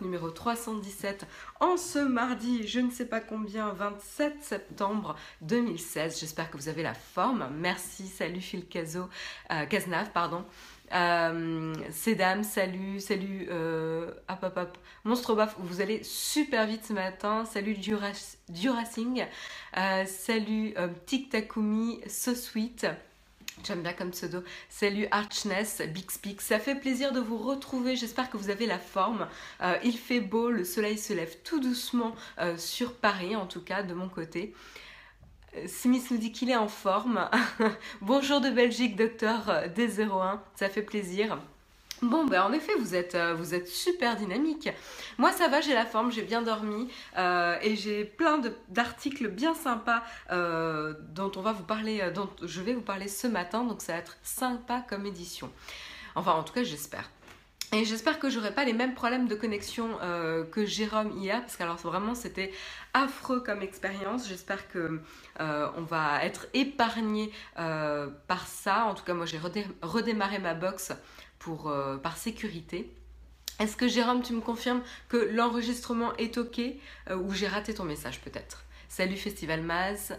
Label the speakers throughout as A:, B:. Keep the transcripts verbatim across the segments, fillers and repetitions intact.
A: Numéro trois cent dix-sept en ce mardi, je ne sais pas combien, vingt-sept septembre deux mille seize. J'espère que vous avez la forme. Merci, salut Phil Cazo, euh, Cazenave, pardon. Euh, Cédam, salut, salut, euh, hop hop hop, Monstre Baf, vous allez super vite ce matin. Salut Duras, Duracing, euh, salut euh, Tic Takumi, So Sweet. J'aime bien comme pseudo. Salut Archness, Big Speak. Ça fait plaisir de vous retrouver. J'espère que vous avez la forme. Euh, il fait beau, le soleil se lève tout doucement euh, sur Paris, en tout cas de mon côté. Euh, Simis nous dit qu'il est en forme. Bonjour de Belgique, docteur D zéro un. Ça fait plaisir. Bon, ben en effet, vous êtes, euh, vous êtes super dynamique. Moi, ça va, j'ai la forme, j'ai bien dormi euh, et j'ai plein de- d'articles bien sympas euh, dont on va vous parler, euh, dont je vais vous parler ce matin. Donc, ça va être sympa comme édition. Enfin, en tout cas, j'espère. Et j'espère que j'aurai pas les mêmes problèmes de connexion euh, que Jérôme hier, parce que alors vraiment c'était affreux comme expérience. J'espère que euh, on va être épargné euh, par ça. En tout cas, moi j'ai redé- redémarré ma box pour, euh, par sécurité. Est-ce que Jérôme, tu me confirmes que l'enregistrement est ok euh, ou j'ai raté ton message peut-être? Salut Festival Maz.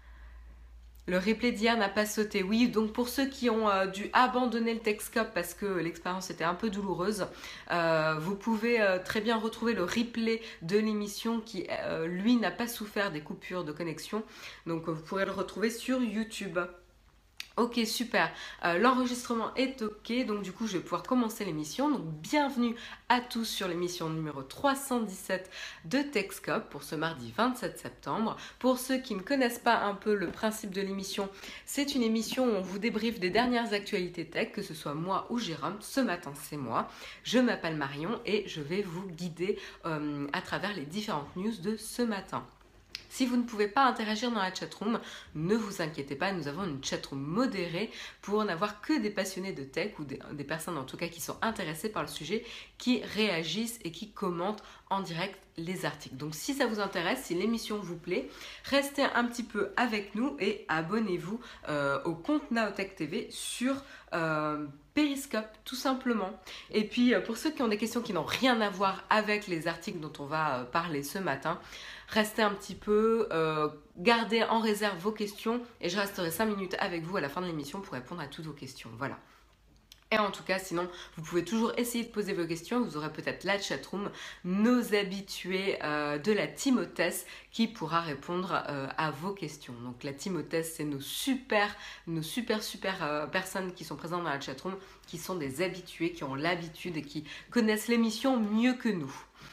A: Le replay d'hier n'a pas sauté. Oui, donc pour ceux qui ont euh, dû abandonner le Texcope parce que l'expérience était un peu douloureuse, euh, vous pouvez euh, très bien retrouver le replay de l'émission qui, euh, lui, n'a pas souffert des coupures de connexion. Donc vous pourrez le retrouver sur YouTube. Ok, super. Euh, L'enregistrement est ok, donc du coup, je vais pouvoir commencer l'émission. Donc, bienvenue à tous sur l'émission numéro trois cent dix-sept de Texcope pour ce mardi vingt-sept septembre. Pour ceux qui ne connaissent pas un peu le principe de l'émission, c'est une émission où on vous débriefe des dernières actualités tech, que ce soit moi ou Jérôme. Ce matin, c'est moi. Je m'appelle Marion et je vais vous guider euh, à travers les différentes news de ce matin. Si vous ne pouvez pas interagir dans la chatroom, ne vous inquiétez pas, nous avons une chatroom modérée pour n'avoir que des passionnés de tech ou des, des personnes en tout cas qui sont intéressées par le sujet, qui réagissent et qui commentent en direct les articles. Donc si ça vous intéresse, si l'émission vous plaît, restez un petit peu avec nous et abonnez-vous euh, au compte Naotech T V sur euh, Periscope tout simplement. Et puis euh, pour ceux qui ont des questions qui n'ont rien à voir avec les articles dont on va euh, parler ce matin, restez un petit peu, euh, gardez en réserve vos questions et je resterai cinq minutes avec vous à la fin de l'émission pour répondre à toutes vos questions. Voilà. Et en tout cas, sinon, vous pouvez toujours essayer de poser vos questions. Vous aurez peut-être la chatroom, nos habitués euh, de la team hôtesse qui pourra répondre euh, à vos questions. Donc la team hôtesse, c'est nos super, nos super, super euh, personnes qui sont présentes dans la chatroom, qui sont des habitués, qui ont l'habitude et qui connaissent l'émission mieux que nous.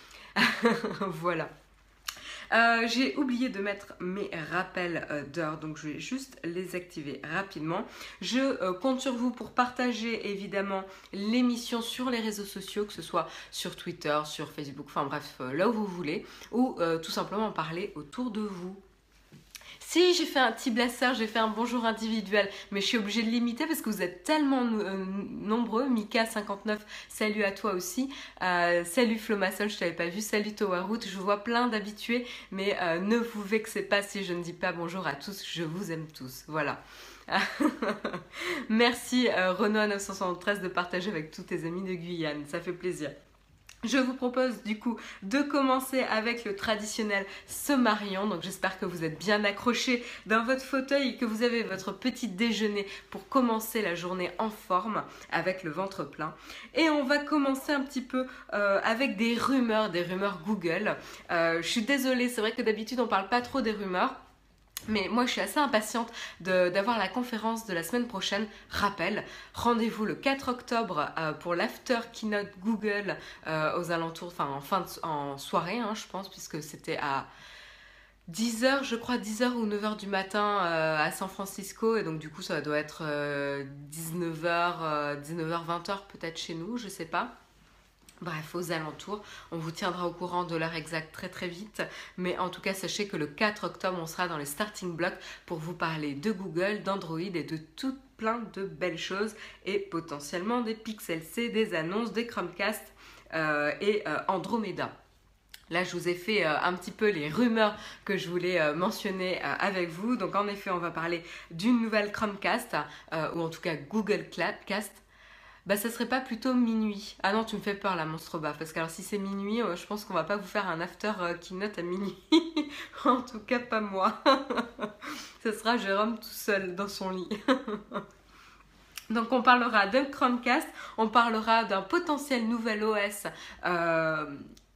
A: Voilà. Euh, j'ai oublié de mettre mes rappels euh, d'heure, donc je vais juste les activer rapidement. Je euh, compte sur vous pour partager évidemment l'émission sur les réseaux sociaux, que ce soit sur Twitter, sur Facebook, enfin bref, euh, là où vous voulez, ou euh, tout simplement en parler autour de vous. Si j'ai fait un petit blaster, j'ai fait un bonjour individuel, mais je suis obligée de limiter parce que vous êtes tellement euh, nombreux. Mika cinquante-neuf, salut à toi aussi. Euh, salut Flomassol, je t'avais pas vu. Salut Towaroot, je vois plein d'habitués, mais euh, ne vous vexez pas si je ne dis pas bonjour à tous. Je vous aime tous. Voilà. Merci euh, Renaud neuf cent soixante-treize de partager avec tous tes amis de Guyane. Ça fait plaisir. Je vous propose du coup de commencer avec le traditionnel Sommarion. Donc j'espère que vous êtes bien accrochés dans votre fauteuil et que vous avez votre petit déjeuner pour commencer la journée en forme avec le ventre plein. Et on va commencer un petit peu euh, avec des rumeurs, des rumeurs Google. Euh, je suis désolée, c'est vrai que d'habitude on parle pas trop des rumeurs. Mais moi, je suis assez impatiente de- d'avoir la conférence de la semaine prochaine. Rappel, rendez-vous le quatre octobre euh, pour l'after keynote Google euh, aux alentours, enfin en fin de en soirée, hein, je pense, puisque c'était à dix heures, je crois, dix heures ou neuf heures du matin euh, à San Francisco. Et donc, du coup, ça doit être euh, dix-neuf heures, euh, dix-neuf heures, vingt heures peut-être chez nous, je sais pas. Bref, aux alentours, on vous tiendra au courant de l'heure exacte très très vite. Mais en tout cas, sachez que le quatre octobre, on sera dans les starting blocks pour vous parler de Google, d'Android et de tout plein de belles choses. Et potentiellement des Pixel C, des annonces, des Chromecast euh, et euh, Andromeda. Là, je vous ai fait euh, un petit peu les rumeurs que je voulais euh, mentionner euh, avec vous. Donc, en effet, on va parler d'une nouvelle Chromecast, euh, ou en tout cas Google Cast. Bah ça serait pas plutôt minuit? Ah non, tu me fais peur la monstre baffe, parce que alors si c'est minuit, euh, je pense qu'on va pas vous faire un after euh, keynote à minuit. En tout cas pas moi. Ce sera Jérôme tout seul dans son lit. Donc on parlera d'un Chromecast, on parlera d'un potentiel nouvel O S euh,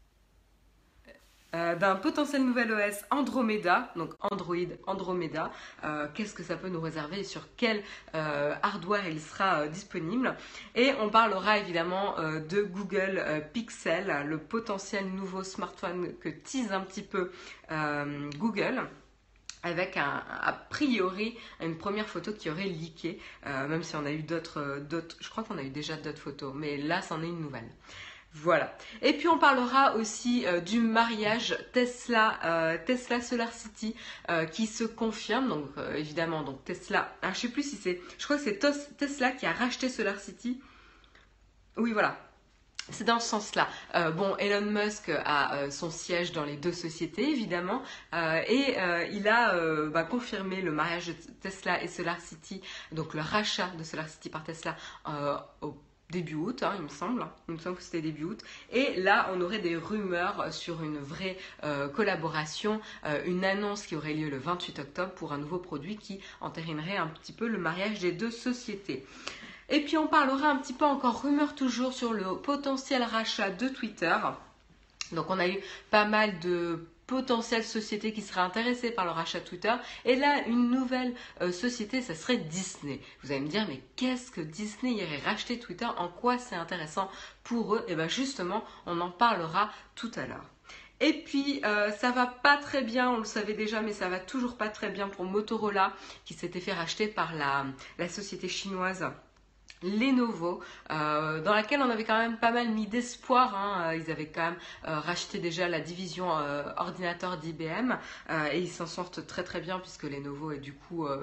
A: euh, d'un potentiel nouvel O S Andromeda, donc Android Andromeda. Euh, Qu'est-ce que ça peut nous réserver et sur quel euh, hardware il sera euh, disponible. Et on parlera évidemment euh, de Google euh, Pixel, le potentiel nouveau smartphone que tease un petit peu euh, Google, avec un, a priori une première photo qui aurait leaké, euh, même si on a eu d'autres, d'autres, je crois qu'on a eu déjà d'autres photos, mais là c'en est une nouvelle. Voilà. Et puis on parlera aussi euh, du mariage Tesla, euh, Tesla SolarCity euh, qui se confirme. Donc euh, évidemment, donc Tesla. Ah, je sais plus si c'est. Je crois que c'est Tos- Tesla qui a racheté SolarCity. Oui, voilà. C'est dans ce sens-là. Euh, bon, Elon Musk a euh, son siège dans les deux sociétés, évidemment, euh, et euh, il a euh, bah, confirmé le mariage de Tesla et SolarCity, donc le rachat de SolarCity par Tesla euh, au début août, hein, il me semble. Il me semble que c'était début août. Et là, on aurait des rumeurs sur une vraie euh, collaboration, euh, une annonce qui aurait lieu le vingt-huit octobre pour un nouveau produit qui entérinerait un petit peu le mariage des deux sociétés. Et puis on parlera un petit peu encore rumeur toujours sur le potentiel rachat de Twitter. Donc on a eu pas mal de potentielles sociétés qui seraient intéressées par le rachat de Twitter. Et là, une nouvelle euh, société, ça serait Disney. Vous allez me dire, mais qu'est-ce que Disney irait racheter Twitter? En quoi c'est intéressant pour eux? Et bien justement, on en parlera tout à l'heure. Et puis, euh, ça va pas très bien, on le savait déjà, mais ça va toujours pas très bien pour Motorola, qui s'était fait racheter par la, la société chinoise Lenovo, euh, dans laquelle on avait quand même pas mal mis d'espoir. Hein. Ils avaient quand même euh, racheté déjà la division euh, ordinateur d'I B M euh, et ils s'en sortent très très bien puisque Lenovo est du coup... Euh,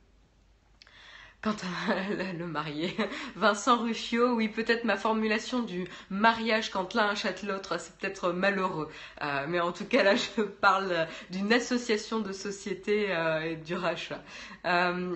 A: Quant à le marié, Vincent Ruffio, oui, peut-être ma formulation du mariage quand l'un achète l'autre, c'est peut-être malheureux. Euh, mais en tout cas, là, je parle d'une association de sociétés euh, et du rachat. Euh...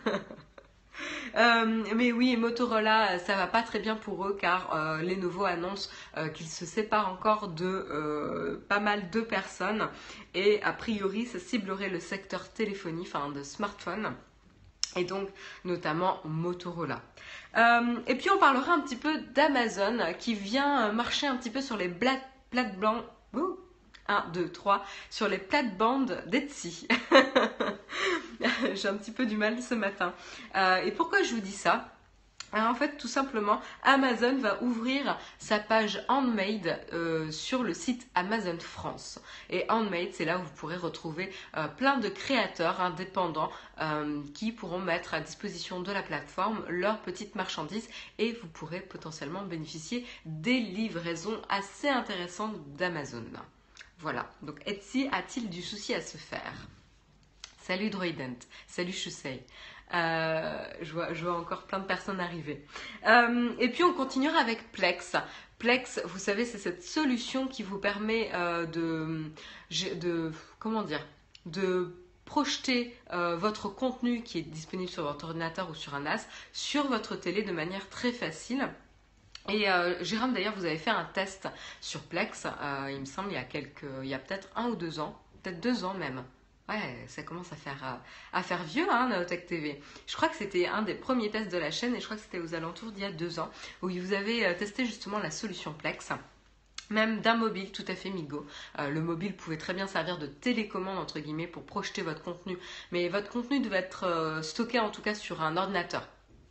A: Euh, mais oui, Motorola, ça va pas très bien pour eux car euh, Lenovo annonce euh, qu'ils se séparent encore de euh, pas mal de personnes et a priori ça ciblerait le secteur téléphonie, enfin de smartphone et donc notamment Motorola. Euh, et puis on parlera un petit peu d'Amazon qui vient marcher un petit peu sur les plates blanches. un, deux, trois, sur les plates-bandes d'Etsy. J'ai un petit peu du mal ce matin. Euh, et pourquoi je vous dis ça? Alors en fait, tout simplement, Amazon va ouvrir sa page Handmade euh, sur le site Amazon France. Et Handmade, c'est là où vous pourrez retrouver euh, plein de créateurs indépendants euh, qui pourront mettre à disposition de la plateforme leurs petites marchandises et vous pourrez potentiellement bénéficier des livraisons assez intéressantes d'Amazon. Voilà, donc Etsy a-t-il du souci à se faire? Salut Droident, salut Chusei. Euh, je, vois, je vois encore plein de personnes arriver. Euh, et puis on continuera avec Plex. Plex, vous savez, c'est cette solution qui vous permet euh, de, de, comment dire, de projeter euh, votre contenu qui est disponible sur votre ordinateur ou sur un NAS sur votre télé de manière très facile. Et euh, Jérôme, d'ailleurs, vous avez fait un test sur Plex, euh, il me semble, il y a quelques, il y a peut-être un ou deux ans, peut-être deux ans même. Ouais, ça commence à faire, euh, à faire vieux, hein, Naotech T V. Je crois que c'était un des premiers tests de la chaîne et je crois que c'était aux alentours d'il y a deux ans où vous avez euh, testé justement la solution Plex. Même d'un mobile tout à fait Migo. Euh, le mobile pouvait très bien servir de télécommande entre guillemets pour projeter votre contenu. Mais votre contenu devait être euh, stocké en tout cas sur un ordinateur.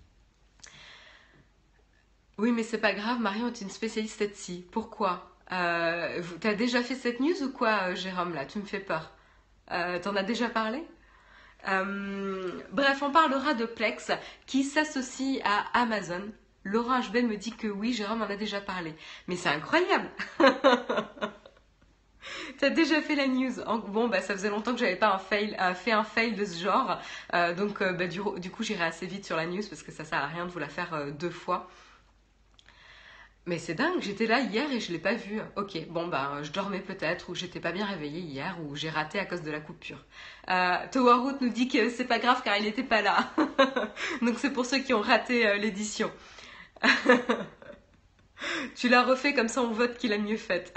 A: Oui, mais c'est pas grave, Marion est une spécialiste Etsy. Pourquoi euh, T'as déjà fait cette news ou quoi, Jérôme, là? Tu me fais peur. Euh, T'en as déjà parlé? euh, Bref, on parlera de Plex qui s'associe à Amazon. Laurent H B me dit que oui, Jérôme en a déjà parlé. Mais c'est incroyable. T'as déjà fait la news. Bon, bah ça faisait longtemps que j'avais pas un fail, euh, fait un fail de ce genre. Euh, donc, euh, bah, du, du coup, j'irai assez vite sur la news parce que ça sert à rien de vous la faire euh, deux fois. Mais c'est dingue, j'étais là hier et je l'ai pas vu. Ok, bon ben je dormais peut-être ou j'étais pas bien réveillée hier ou j'ai raté à cause de la coupure. Euh, Towarroot nous dit que c'est pas grave car il n'était pas là. Donc c'est pour ceux qui ont raté euh, l'édition. Tu l'as refait, comme ça on vote qui l'a mieux faite.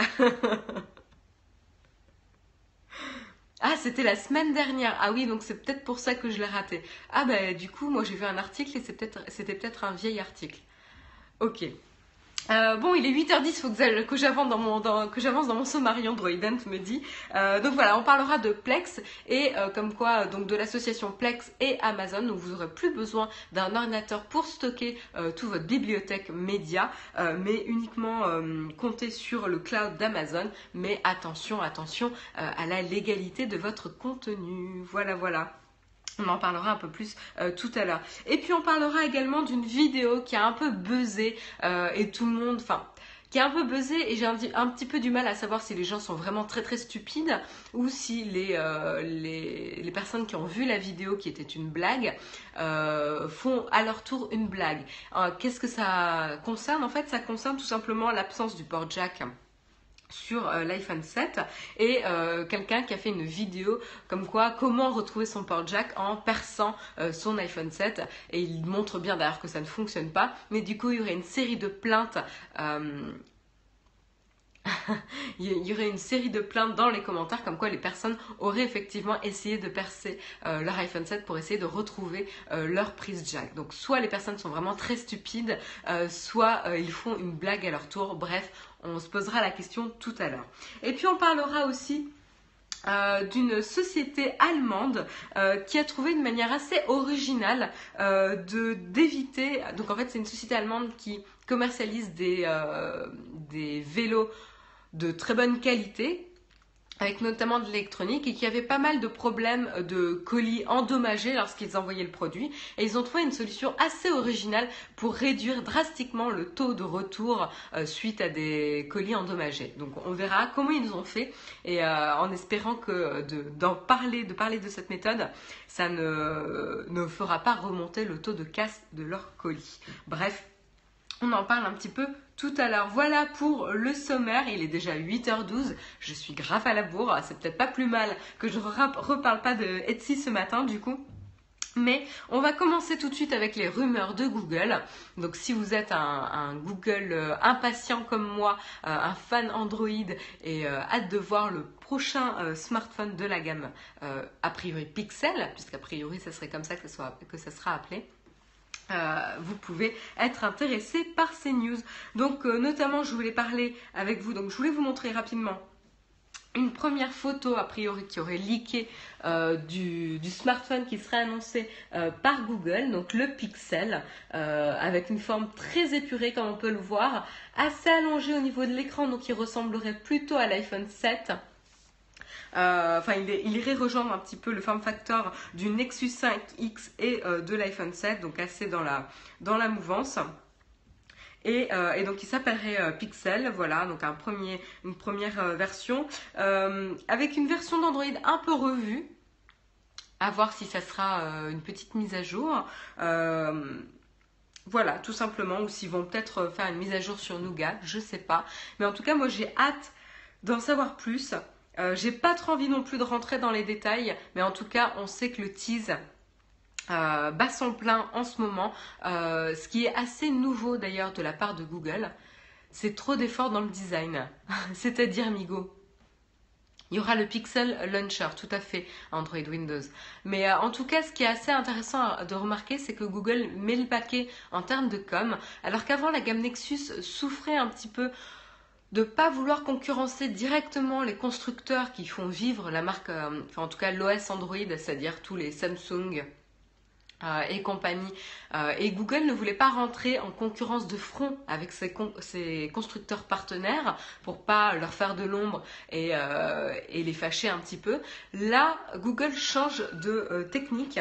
A: Ah, c'était la semaine dernière. Ah oui, donc c'est peut-être pour ça que je l'ai raté. Ah bah du coup, moi j'ai vu un article et c'est peut-être, c'était peut-être un vieil article. Ok. Euh, bon, il est huit heures dix, il faut que, que j'avance dans mon dans, que j'avance dans mon sommaire Android, Dent me dit. Euh, donc voilà, on parlera de Plex et euh, comme quoi donc de l'association Plex et Amazon. Donc vous aurez plus besoin d'un ordinateur pour stocker euh, toute votre bibliothèque média, euh, mais uniquement euh, compter sur le cloud d'Amazon. Mais attention, attention euh, à la légalité de votre contenu. Voilà, voilà. On en parlera un peu plus euh, tout à l'heure. Et puis on parlera également d'une vidéo qui a un peu buzzé euh, et tout le monde, enfin, qui a un peu buzzé et j'ai un, un petit peu du mal à savoir si les gens sont vraiment très très stupides ou si les, euh, les, les personnes qui ont vu la vidéo qui était une blague euh, font à leur tour une blague. Euh, Qu'est-ce que ça concerne? En fait, ça concerne tout simplement l'absence du port jack sur euh, l'iPhone sept et euh, quelqu'un qui a fait une vidéo comme quoi comment retrouver son port jack en perçant euh, son iPhone sept et il montre bien d'ailleurs que ça ne fonctionne pas, mais du coup il y aurait une série de plaintes euh, il y aurait une série de plaintes dans les commentaires comme quoi les personnes auraient effectivement essayé de percer euh, leur iPhone sept pour essayer de retrouver euh, leur prise jack. Donc soit les personnes sont vraiment très stupides, euh, soit euh, ils font une blague à leur tour. Bref, on se posera la question tout à l'heure. Et puis on parlera aussi Euh, d'une société allemande euh, qui a trouvé une manière assez originale euh, de d'éviter. Donc en fait c'est une société allemande qui commercialise des, euh, des vélos de très bonne qualité avec notamment de l'électronique et qui avait pas mal de problèmes de colis endommagés lorsqu'ils envoyaient le produit. Et ils ont trouvé une solution assez originale pour réduire drastiquement le taux de retour euh, suite à des colis endommagés. Donc on verra comment ils ont fait et euh, en espérant que de, d'en parler, de parler de cette méthode, ça ne, ne fera pas remonter le taux de casse de leur colis. Bref, on en parle un petit peu tout à l'heure. Voilà pour le sommaire, il est déjà huit heures douze, je suis grave à la bourre, c'est peut-être pas plus mal que je ne reparle pas de Etsy ce matin du coup. Mais on va commencer tout de suite avec les rumeurs de Google. Donc si vous êtes un, un Google euh, impatient comme moi, euh, un fan Android et euh, hâte de voir le prochain euh, smartphone de la gamme, euh, a priori Pixel, puisqu'a priori ça serait comme ça que ça, soit, que ça sera appelé, Euh, vous pouvez être intéressé par ces news. Donc euh, notamment je voulais parler avec vous, donc je voulais vous montrer rapidement une première photo a priori qui aurait leaké euh, du, du smartphone qui serait annoncé euh, par Google, donc le Pixel, euh, avec une forme très épurée comme on peut le voir, assez allongée au niveau de l'écran, donc il ressemblerait plutôt à l'iPhone sept. Euh, enfin, il, il irait rejoindre un petit peu le form factor du Nexus cinq X et euh, de l'iPhone sept, donc assez dans la, dans la mouvance. Et, euh, et donc il s'appellerait euh, Pixel, voilà, donc un premier, une première euh, version, euh, avec une version d'Android un peu revue, à voir si ça sera euh, une petite mise à jour. Euh, Voilà, tout simplement, ou s'ils vont peut-être faire une mise à jour sur Nougat, je sais pas. Mais en tout cas, moi j'ai hâte d'en savoir plus. Euh, j'ai pas trop envie non plus de rentrer dans les détails, mais en tout cas, on sait que le tease euh, bat son plein en ce moment. Euh, ce qui est assez nouveau d'ailleurs de la part de Google, c'est trop d'efforts dans le design. C'est-à-dire, Migo, il y aura le Pixel Launcher, tout à fait, Android Windows. Mais euh, en tout cas, ce qui est assez intéressant de remarquer, c'est que Google met le paquet en termes de com, alors qu'avant, la gamme Nexus souffrait un petit peu de ne pas vouloir concurrencer directement les constructeurs qui font vivre la marque, euh, enfin en tout cas l'O S Android, c'est-à-dire tous les Samsung euh, et compagnie. Euh, et Google ne voulait pas rentrer en concurrence de front avec ses, con ses constructeurs partenaires pour pas leur faire de l'ombre et, euh, et les fâcher un petit peu. Là, Google change de euh, technique.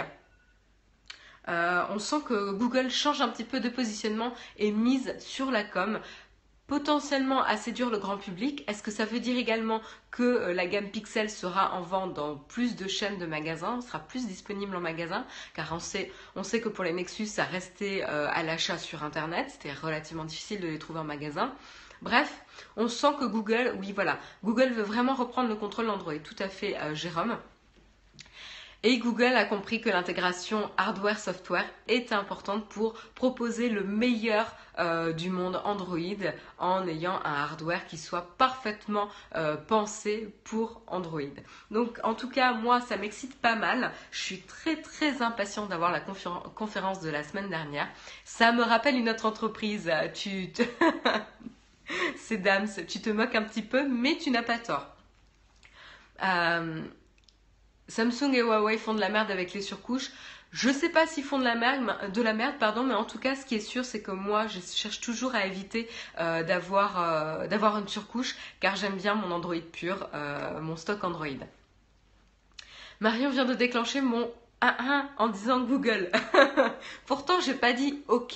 A: Euh, on sent que Google change un petit peu de positionnement et mise sur la com, potentiellement à séduire le grand public. Est-ce que ça veut dire également que euh, la gamme Pixel sera en vente dans plus de chaînes de magasins, sera plus disponible en magasin, car on sait, on sait que pour les Nexus, ça restait euh, à l'achat sur Internet, c'était relativement difficile de les trouver en magasin. Bref, on sent que Google, oui voilà, Google veut vraiment reprendre le contrôle d'Android, tout à fait euh, Jérôme. Et Google a compris que l'intégration hardware-software est importante pour proposer le meilleur euh, du monde Android en ayant un hardware qui soit parfaitement euh, pensé pour Android. Donc en tout cas, moi, ça m'excite pas mal. Je suis très très impatiente d'avoir la conférence de la semaine dernière. Ça me rappelle une autre entreprise. Tu te... C'est Dams, tu te moques un petit peu, mais tu n'as pas tort. Euh... Samsung et Huawei font de la merde avec les surcouches. Je sais pas s'ils font de la merde, de la merde, pardon, mais en tout cas, ce qui est sûr, c'est que moi, je cherche toujours à éviter euh, d'avoir euh, d'avoir une surcouche, car j'aime bien mon Android pur, euh, mon stock Android. Marion vient de déclencher mon un un en disant Google. Pourtant, j'ai pas dit OK.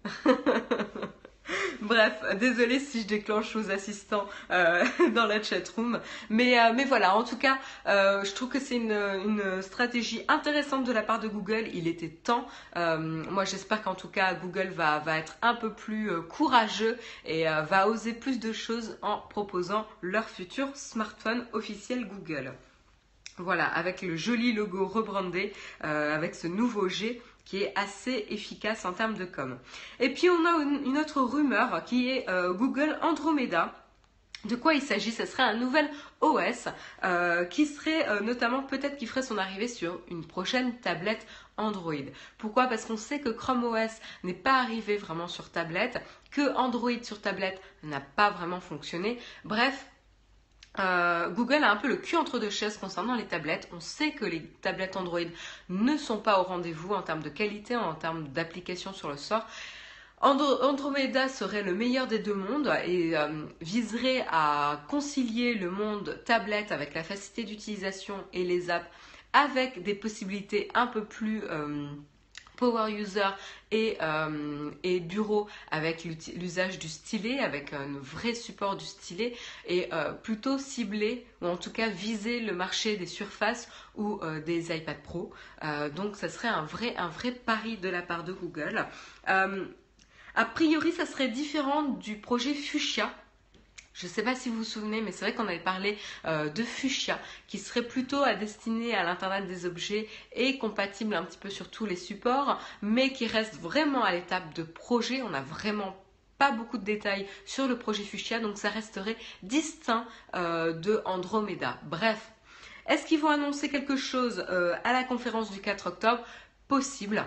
A: Bref, désolée si je déclenche aux assistants euh, dans la chatroom. Mais, euh, mais voilà, en tout cas, euh, je trouve que c'est une, une stratégie intéressante de la part de Google. Il était temps. Euh, moi, j'espère qu'en tout cas, Google va, va être un peu plus euh, courageux et euh, va oser plus de choses en proposant leur futur smartphone officiel Google. Voilà, avec le joli logo rebrandé, euh, avec ce nouveau G qui est assez efficace en termes de com. Et puis on a une autre rumeur qui est euh, Google Andromeda. De quoi il s'agit? Ce serait un nouvel O S euh, qui serait euh, notamment peut-être qui ferait son arrivée sur une prochaine tablette Android. Pourquoi? Parce qu'on sait que Chrome O S n'est pas arrivé vraiment sur tablette, que Android sur tablette n'a pas vraiment fonctionné. Bref, Euh, Google a un peu le cul entre deux chaises concernant les tablettes. On sait que les tablettes Android ne sont pas au rendez-vous en termes de qualité, en termes d'application sur le store. Andro- Andromeda serait le meilleur des deux mondes et euh, viserait à concilier le monde tablette avec la facilité d'utilisation et les apps avec des possibilités un peu plus euh, power user et, euh, et bureau avec l'usage du stylet, avec un vrai support du stylet et euh, plutôt ciblé ou en tout cas viser le marché des surfaces ou euh, des iPad Pro. Euh, donc ça serait un vrai, un vrai pari de la part de Google. Euh, a priori, ça serait différent du projet Fuchsia. Je ne sais pas si vous vous souvenez, mais c'est vrai qu'on avait parlé euh, de Fuchsia, qui serait plutôt à destiné à l'Internet des objets et compatible un petit peu sur tous les supports, mais qui reste vraiment à l'étape de projet. On n'a vraiment pas beaucoup de détails sur le projet Fuchsia, donc ça resterait distinct euh, de Andromeda. Bref, est-ce qu'ils vont annoncer quelque chose euh, à la conférence du quatre octobre? Possible.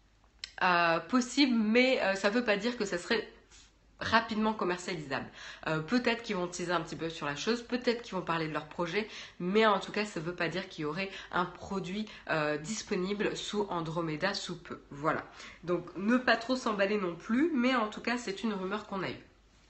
A: Euh, possible, mais euh, ça ne veut pas dire que ça serait rapidement commercialisable. Euh, peut-être qu'ils vont teaser un petit peu sur la chose, peut-être qu'ils vont parler de leur projet, mais en tout cas, ça ne veut pas dire qu'il y aurait un produit euh, disponible sous Andromeda sous peu. Voilà. Donc, ne pas trop s'emballer non plus, mais en tout cas, c'est une rumeur qu'on a eue.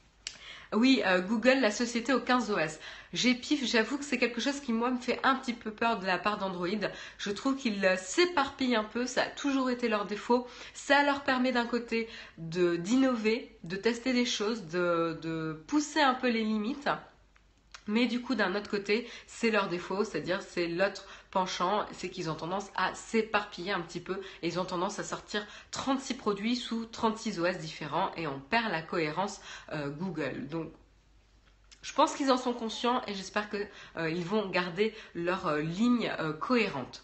A: Oui, euh, Google, la société au quinze O S. J'ai pif, j'avoue que c'est quelque chose qui, moi, me fait un petit peu peur de la part d'Android. Je trouve qu'ils euh, s'éparpillent un peu, ça a toujours été leur défaut. Ça leur permet d'un côté de d'innover, de tester des choses, de, de pousser un peu les limites. Mais du coup, d'un autre côté, c'est leur défaut, c'est-à-dire c'est l'autre penchant, c'est qu'ils ont tendance à s'éparpiller un petit peu et ils ont tendance à sortir trente-six produits sous trente-six O S différents et on perd la cohérence euh, Google. Donc, je pense qu'ils en sont conscients et j'espère qu'ils euh, vont garder leur euh, ligne euh, cohérente.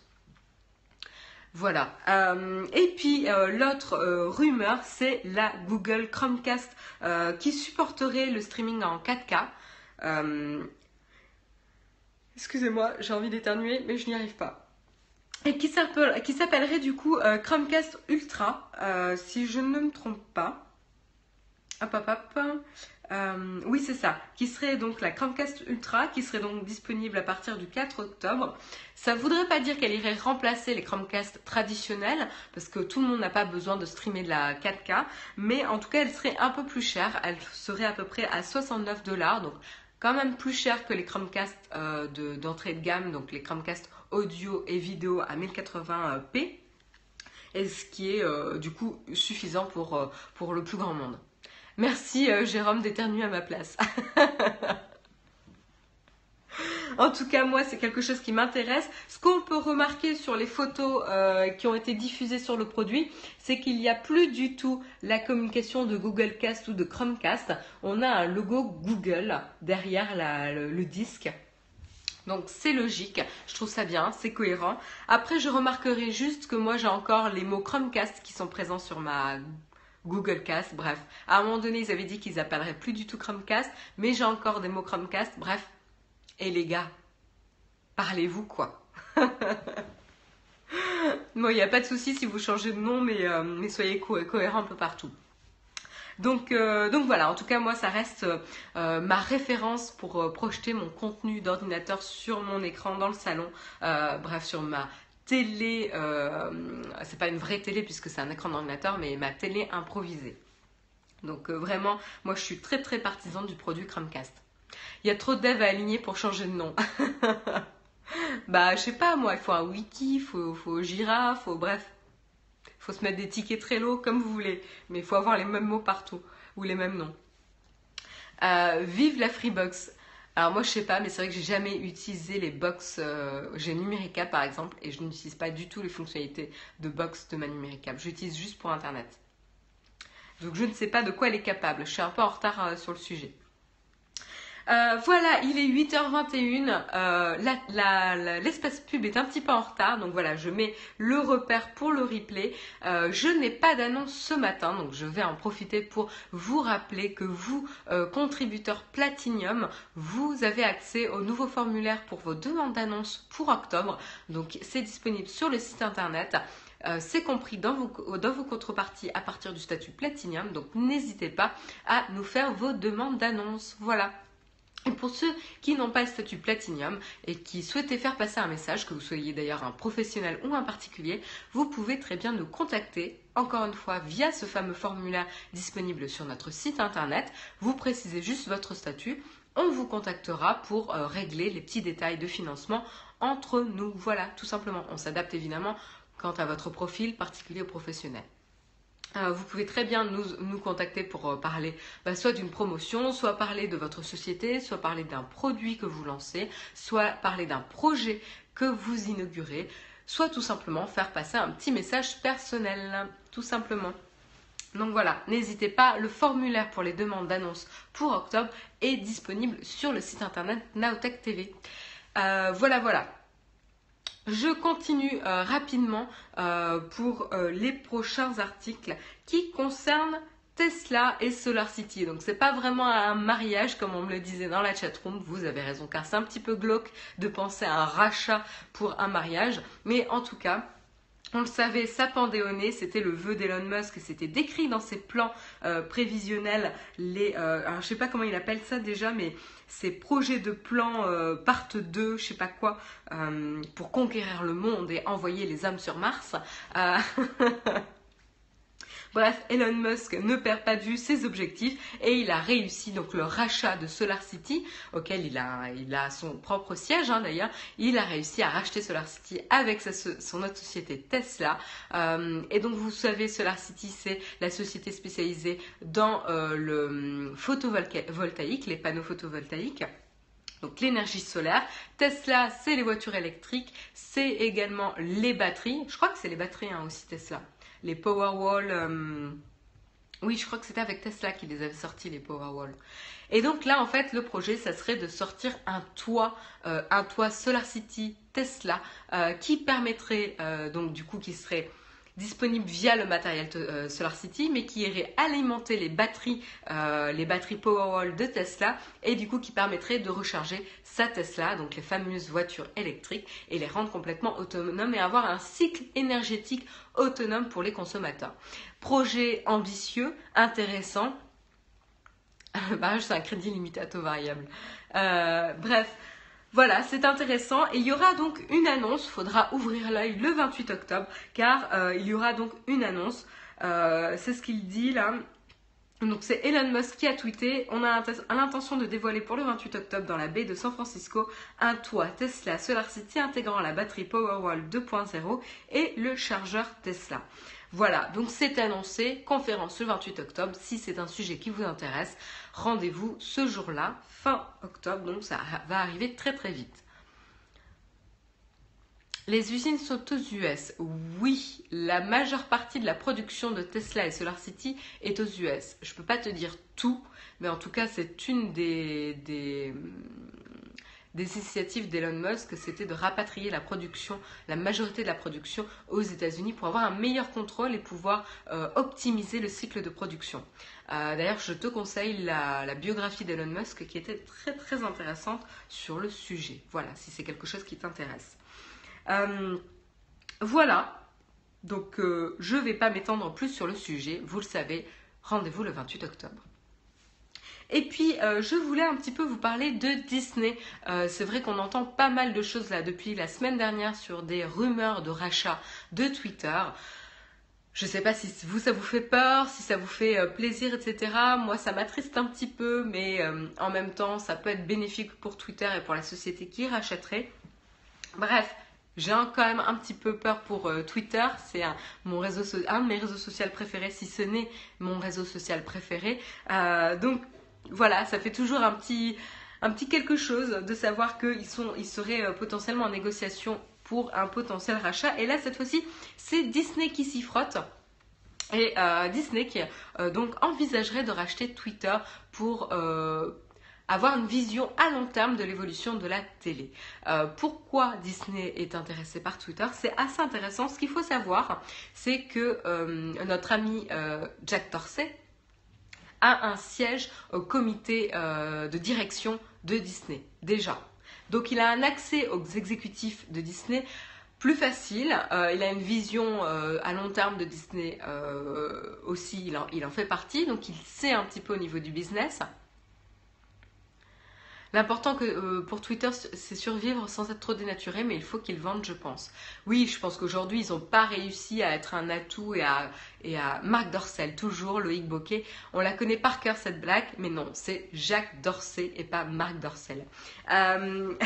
A: Voilà. Euh, et puis euh, l'autre euh, rumeur, c'est la Google Chromecast euh, qui supporterait le streaming en quatre K. Euh, Excusez-moi, j'ai envie d'éternuer, mais je n'y arrive pas. Et qui s'appellerait du coup euh, Chromecast Ultra, euh, si je ne me trompe pas. Hop, hop, hop. Euh, oui, c'est ça. Qui serait donc la Chromecast Ultra, qui serait donc disponible à partir du quatre octobre. Ça ne voudrait pas dire qu'elle irait remplacer les Chromecast traditionnels, parce que tout le monde n'a pas besoin de streamer de la quatre K, mais en tout cas, elle serait un peu plus chère. Elle serait à peu près à soixante-neuf dollars, donc quand même plus cher que les Chromecast euh, de, d'entrée de gamme, donc les Chromecast audio et vidéo à mille quatre-vingts p, et ce qui est euh, du coup suffisant pour, euh, pour le plus grand monde. Merci euh, Jérôme d'éternuer à ma place. En tout cas, moi, c'est quelque chose qui m'intéresse. Ce qu'on peut remarquer sur les photos euh, qui ont été diffusées sur le produit, c'est qu'il n'y a plus du tout la communication de Google Cast ou de Chromecast. On a un logo Google derrière la, le, le disque. Donc c'est logique, je trouve ça bien, c'est cohérent. Après, je remarquerai juste que moi j'ai encore les mots Chromecast qui sont présents sur ma Google Cast. Bref, à un moment donné, ils avaient dit qu'ils appelleraient plus du tout Chromecast, mais j'ai encore des mots Chromecast. Bref, et les gars, parlez-vous quoi. Bon, il n'y a pas de souci si vous changez de nom, mais, euh, mais soyez co cohérents un peu partout. Donc, euh, donc voilà, en tout cas moi ça reste euh, ma référence pour euh, projeter mon contenu d'ordinateur sur mon écran dans le salon, euh, bref sur ma télé, euh, c'est pas une vraie télé puisque c'est un écran d'ordinateur, mais ma télé improvisée. Donc euh, vraiment, moi je suis très très partisan du produit Chromecast. Il y a trop de devs à aligner pour changer de nom. Bah je sais pas moi, il faut un wiki, il faut, faut Jira, faut bref. Il faut se mettre des tickets Trello comme vous voulez, mais il faut avoir les mêmes mots partout, ou les mêmes noms. Euh, vive la Freebox. Alors moi je sais pas, mais c'est vrai que j'ai jamais utilisé les box. Euh, j'ai Numérica par exemple, et je n'utilise pas du tout les fonctionnalités de box de ma Numérica. Je l'utilise juste pour internet. Donc je ne sais pas de quoi elle est capable. Je suis un peu en retard euh, sur le sujet. Euh, voilà, il est huit heures vingt et une, euh, la, la, la, l'espace pub est un petit peu en retard, donc voilà, je mets le repère pour le replay. Euh, je n'ai pas d'annonce ce matin, donc je vais en profiter pour vous rappeler que vous, euh, contributeurs Platinium, vous avez accès au nouveau formulaire pour vos demandes d'annonce pour octobre, donc c'est disponible sur le site internet. Euh, c'est compris dans vos, dans vos contreparties à partir du statut Platinium, donc n'hésitez pas à nous faire vos demandes d'annonce, voilà. Et pour ceux qui n'ont pas le statut Platinium et qui souhaitaient faire passer un message, que vous soyez d'ailleurs un professionnel ou un particulier, vous pouvez très bien nous contacter, encore une fois, via ce fameux formulaire disponible sur notre site internet. Vous précisez juste votre statut, on vous contactera pour euh, régler les petits détails de financement entre nous. Voilà, tout simplement. On s'adapte évidemment quant à votre profil particulier ou professionnel. Euh, vous pouvez très bien nous, nous contacter pour euh, parler bah, soit d'une promotion, soit parler de votre société, soit parler d'un produit que vous lancez, soit parler d'un projet que vous inaugurez, soit tout simplement faire passer un petit message personnel, tout simplement. Donc voilà, n'hésitez pas, le formulaire pour les demandes d'annonces pour octobre est disponible sur le site internet Nowtech T V. Euh, voilà, voilà. Je continue euh, rapidement euh, pour euh, les prochains articles qui concernent Tesla et SolarCity. Donc c'est pas vraiment un mariage comme on me le disait dans la chatroom, vous avez raison car c'est un petit peu glauque de penser à un rachat pour un mariage, mais en tout cas on le savait, ça pendait au nez, c'était le vœu d'Elon Musk, c'était décrit dans ses plans euh, prévisionnels, les, euh, alors je sais pas comment il appelle ça déjà, mais ces projets de plans euh, part deux, je sais pas quoi, euh, pour conquérir le monde et envoyer les âmes sur Mars. Euh... Bref, Elon Musk ne perd pas de vue ses objectifs et il a réussi donc le rachat de SolarCity, auquel il a, il a son propre siège hein, d'ailleurs. Il a réussi à racheter SolarCity avec sa, son autre société Tesla. Euh, et donc vous savez, SolarCity c'est la société spécialisée dans euh, le photovoltaïque, les panneaux photovoltaïques. Donc l'énergie solaire. Tesla, c'est les voitures électriques, c'est également les batteries. Je crois que c'est les batteries hein, aussi Tesla. Les Powerwall, euh... oui, je crois que c'était avec Tesla qu'ils les avait sortis, les Powerwall. Et donc là, en fait, le projet, ça serait de sortir un toit, euh, un toit SolarCity Tesla, euh, qui permettrait, euh, donc du coup, qui serait disponible via le matériel euh, SolarCity, mais qui irait alimenter les batteries, euh, les batteries Powerwall de Tesla, et du coup qui permettrait de recharger sa Tesla, donc les fameuses voitures électriques, et les rendre complètement autonomes et avoir un cycle énergétique autonome pour les consommateurs. Projet ambitieux, intéressant. Bah, c'est un crédit limité à taux variable. Euh, bref. Voilà, c'est intéressant et il y aura donc une annonce, il faudra ouvrir l'œil le vingt-huit octobre car euh, il y aura donc une annonce, euh, c'est ce qu'il dit là. Donc c'est Elon Musk qui a tweeté, on a l'intention de dévoiler pour le vingt-huit octobre dans la baie de San Francisco un toit Tesla SolarCity intégrant la batterie Powerwall deux point zéro et le chargeur Tesla. Voilà, donc c'est annoncé, conférence le vingt-huit octobre, si c'est un sujet qui vous intéresse, rendez-vous ce jour-là, fin octobre, donc ça va arriver très très vite. Les usines sont aux U S. Oui, la majeure partie de la production de Tesla et SolarCity est aux U S. Je ne peux pas te dire tout, mais en tout cas c'est une des, des, des initiatives d'Elon Musk, c'était de rapatrier la production, la majorité de la production aux États-Unis pour avoir un meilleur contrôle et pouvoir euh, optimiser le cycle de production. Euh, D'ailleurs, je te conseille la, la biographie d'Elon Musk qui était très très intéressante sur le sujet. Voilà, si c'est quelque chose qui t'intéresse. Euh, voilà, donc euh, je ne vais pas m'étendre plus sur le sujet, vous le savez, rendez-vous le vingt-huit octobre. Et puis, euh, je voulais un petit peu vous parler de Disney. Euh, c'est vrai qu'on entend pas mal de choses là depuis la semaine dernière sur des rumeurs de rachat de Twitter. Je ne sais pas si vous, ça vous fait peur, si ça vous fait euh, plaisir, et cetera. Moi, ça m'attriste un petit peu, mais euh, en même temps, ça peut être bénéfique pour Twitter et pour la société qui rachèterait. Bref, j'ai quand même un petit peu peur pour euh, Twitter. C'est un, mon réseau, un de mes réseaux sociaux préférés, si ce n'est mon réseau social préféré. Euh, donc, voilà, ça fait toujours un petit, un petit quelque chose de savoir qu'ils sont, ils seraient euh, potentiellement en négociation pour un potentiel rachat. Et là, cette fois-ci, c'est Disney qui s'y frotte. Et euh, Disney qui euh, donc envisagerait de racheter Twitter pour euh, avoir une vision à long terme de l'évolution de la télé. Euh, pourquoi Disney est intéressé par Twitter? C'est assez intéressant. Ce qu'il faut savoir, c'est que euh, notre ami euh, Jack Dorsey a un siège au comité euh, de direction de Disney, déjà. Donc il a un accès aux exécutifs de Disney plus facile, euh, il a une vision euh, à long terme de Disney euh, aussi, il en, il en fait partie, donc il sait un petit peu au niveau du business. L'important que, euh, pour Twitter, c'est survivre sans être trop dénaturé, mais il faut qu'ils vendent, je pense. Oui, je pense qu'aujourd'hui, ils n'ont pas réussi à être un atout et à, et à Marc Dorcel, toujours Loïc Bocquet. On la connaît par cœur, cette blague, mais non, c'est Jacques Dorsey et pas Marc Dorcel. Euh...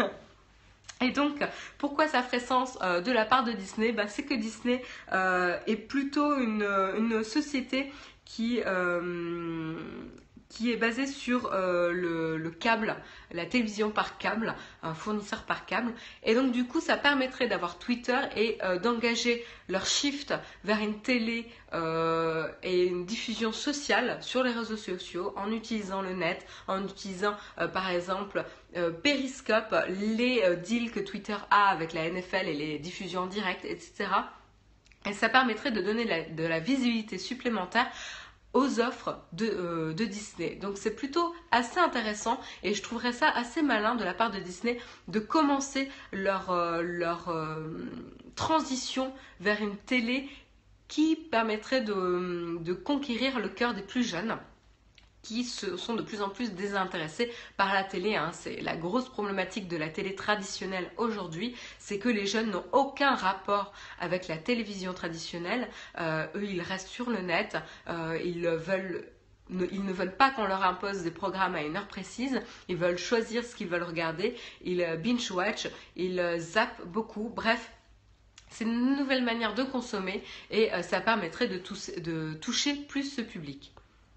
A: Et donc, pourquoi ça ferait sens euh, de la part de Disney? Bah, c'est que Disney euh, est plutôt une, une société qui... Euh, qui est basé sur euh, le, le câble, la télévision par câble, un fournisseur par câble. Et donc du coup, ça permettrait d'avoir Twitter et euh, d'engager leur shift vers une télé euh, et une diffusion sociale sur les réseaux sociaux en utilisant le net, en utilisant euh, par exemple euh, Periscope, les euh, deals que Twitter a avec la N F L et les diffusions en direct, et cetera. Et ça permettrait de donner la, de la visibilité supplémentaire aux offres de, euh, de Disney. Donc c'est plutôt assez intéressant et je trouverais ça assez malin de la part de Disney de commencer leur, euh, leur euh, transition vers une télé qui permettrait de, de conquérir le cœur des plus jeunes, qui se, sont de plus en plus désintéressés par la télé. Hein. C'est la grosse problématique de la télé traditionnelle aujourd'hui, c'est que les jeunes n'ont aucun rapport avec la télévision traditionnelle. Euh, eux, ils restent sur le net, euh, ils veulent... Ils ne veulent pas qu'on leur impose des programmes à une heure précise, ils veulent choisir ce qu'ils veulent regarder, ils binge-watch, ils zappent beaucoup, bref. C'est une nouvelle manière de consommer et euh, ça permettrait de, tous, de toucher plus ce public.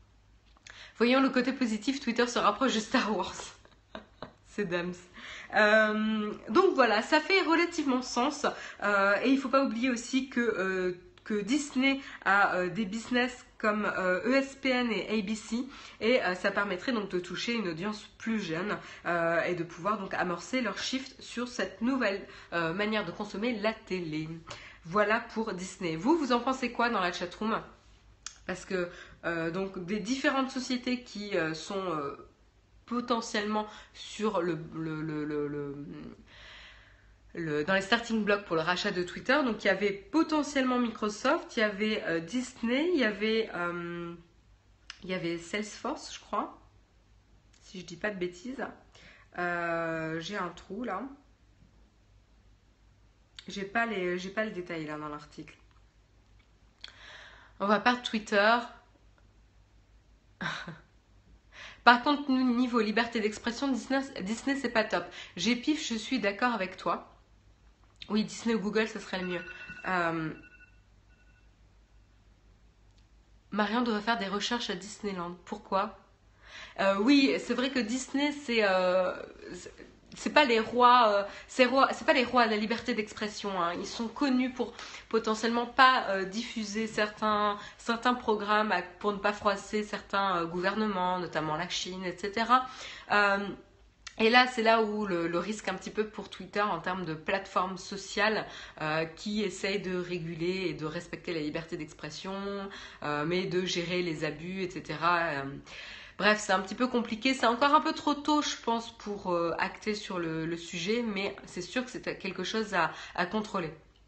A: Voyons le côté positif, Twitter se rapproche de Star Wars. C'est dams. Euh, donc voilà, ça fait relativement sens. Euh, et il ne faut pas oublier aussi que, euh, que Disney a euh, des business comme euh, E S P N et A B C. Et euh, ça permettrait donc de toucher une audience plus jeune euh, et de pouvoir donc amorcer leur shift sur cette nouvelle euh, manière de consommer la télé. Voilà pour Disney. Vous, vous en pensez quoi dans la chatroom ? Parce que euh, donc des différentes sociétés qui euh, sont euh, potentiellement sur le, le, le, le, le, le dans les starting blocks pour le rachat de Twitter. Donc il y avait potentiellement Microsoft, il y avait euh, Disney, il y avait, euh, il y avait Salesforce, je crois, si je dis pas de bêtises. Euh, j'ai un trou là. J'ai pas les, j'ai pas le détail là dans l'article. On va perdre Twitter. Par contre, niveau liberté d'expression, Disney, Disney c'est pas top. J'ai pif, je suis d'accord avec toi. Oui, Disney ou Google, ce serait le mieux. Euh... Marion devrait faire des recherches à Disneyland. Pourquoi ? euh, Oui, c'est vrai que Disney, c'est... Euh... c'est pas les rois, euh, c'est, roi, c'est pas les rois de la liberté d'expression. Hein. Ils sont connus pour potentiellement pas euh, diffuser certains, certains programmes à, pour ne pas froisser certains euh, gouvernements, notamment la Chine, et cetera. Euh, Et là, c'est là où le, le risque un petit peu pour Twitter en termes de plateforme sociale euh, qui essaye de réguler et de respecter la liberté d'expression, euh, mais de gérer les abus, et cetera. Euh, bref, c'est un petit peu compliqué. C'est encore un peu trop tôt, je pense, pour euh, acter sur le, le sujet, mais c'est sûr que c'est quelque chose à, à contrôler.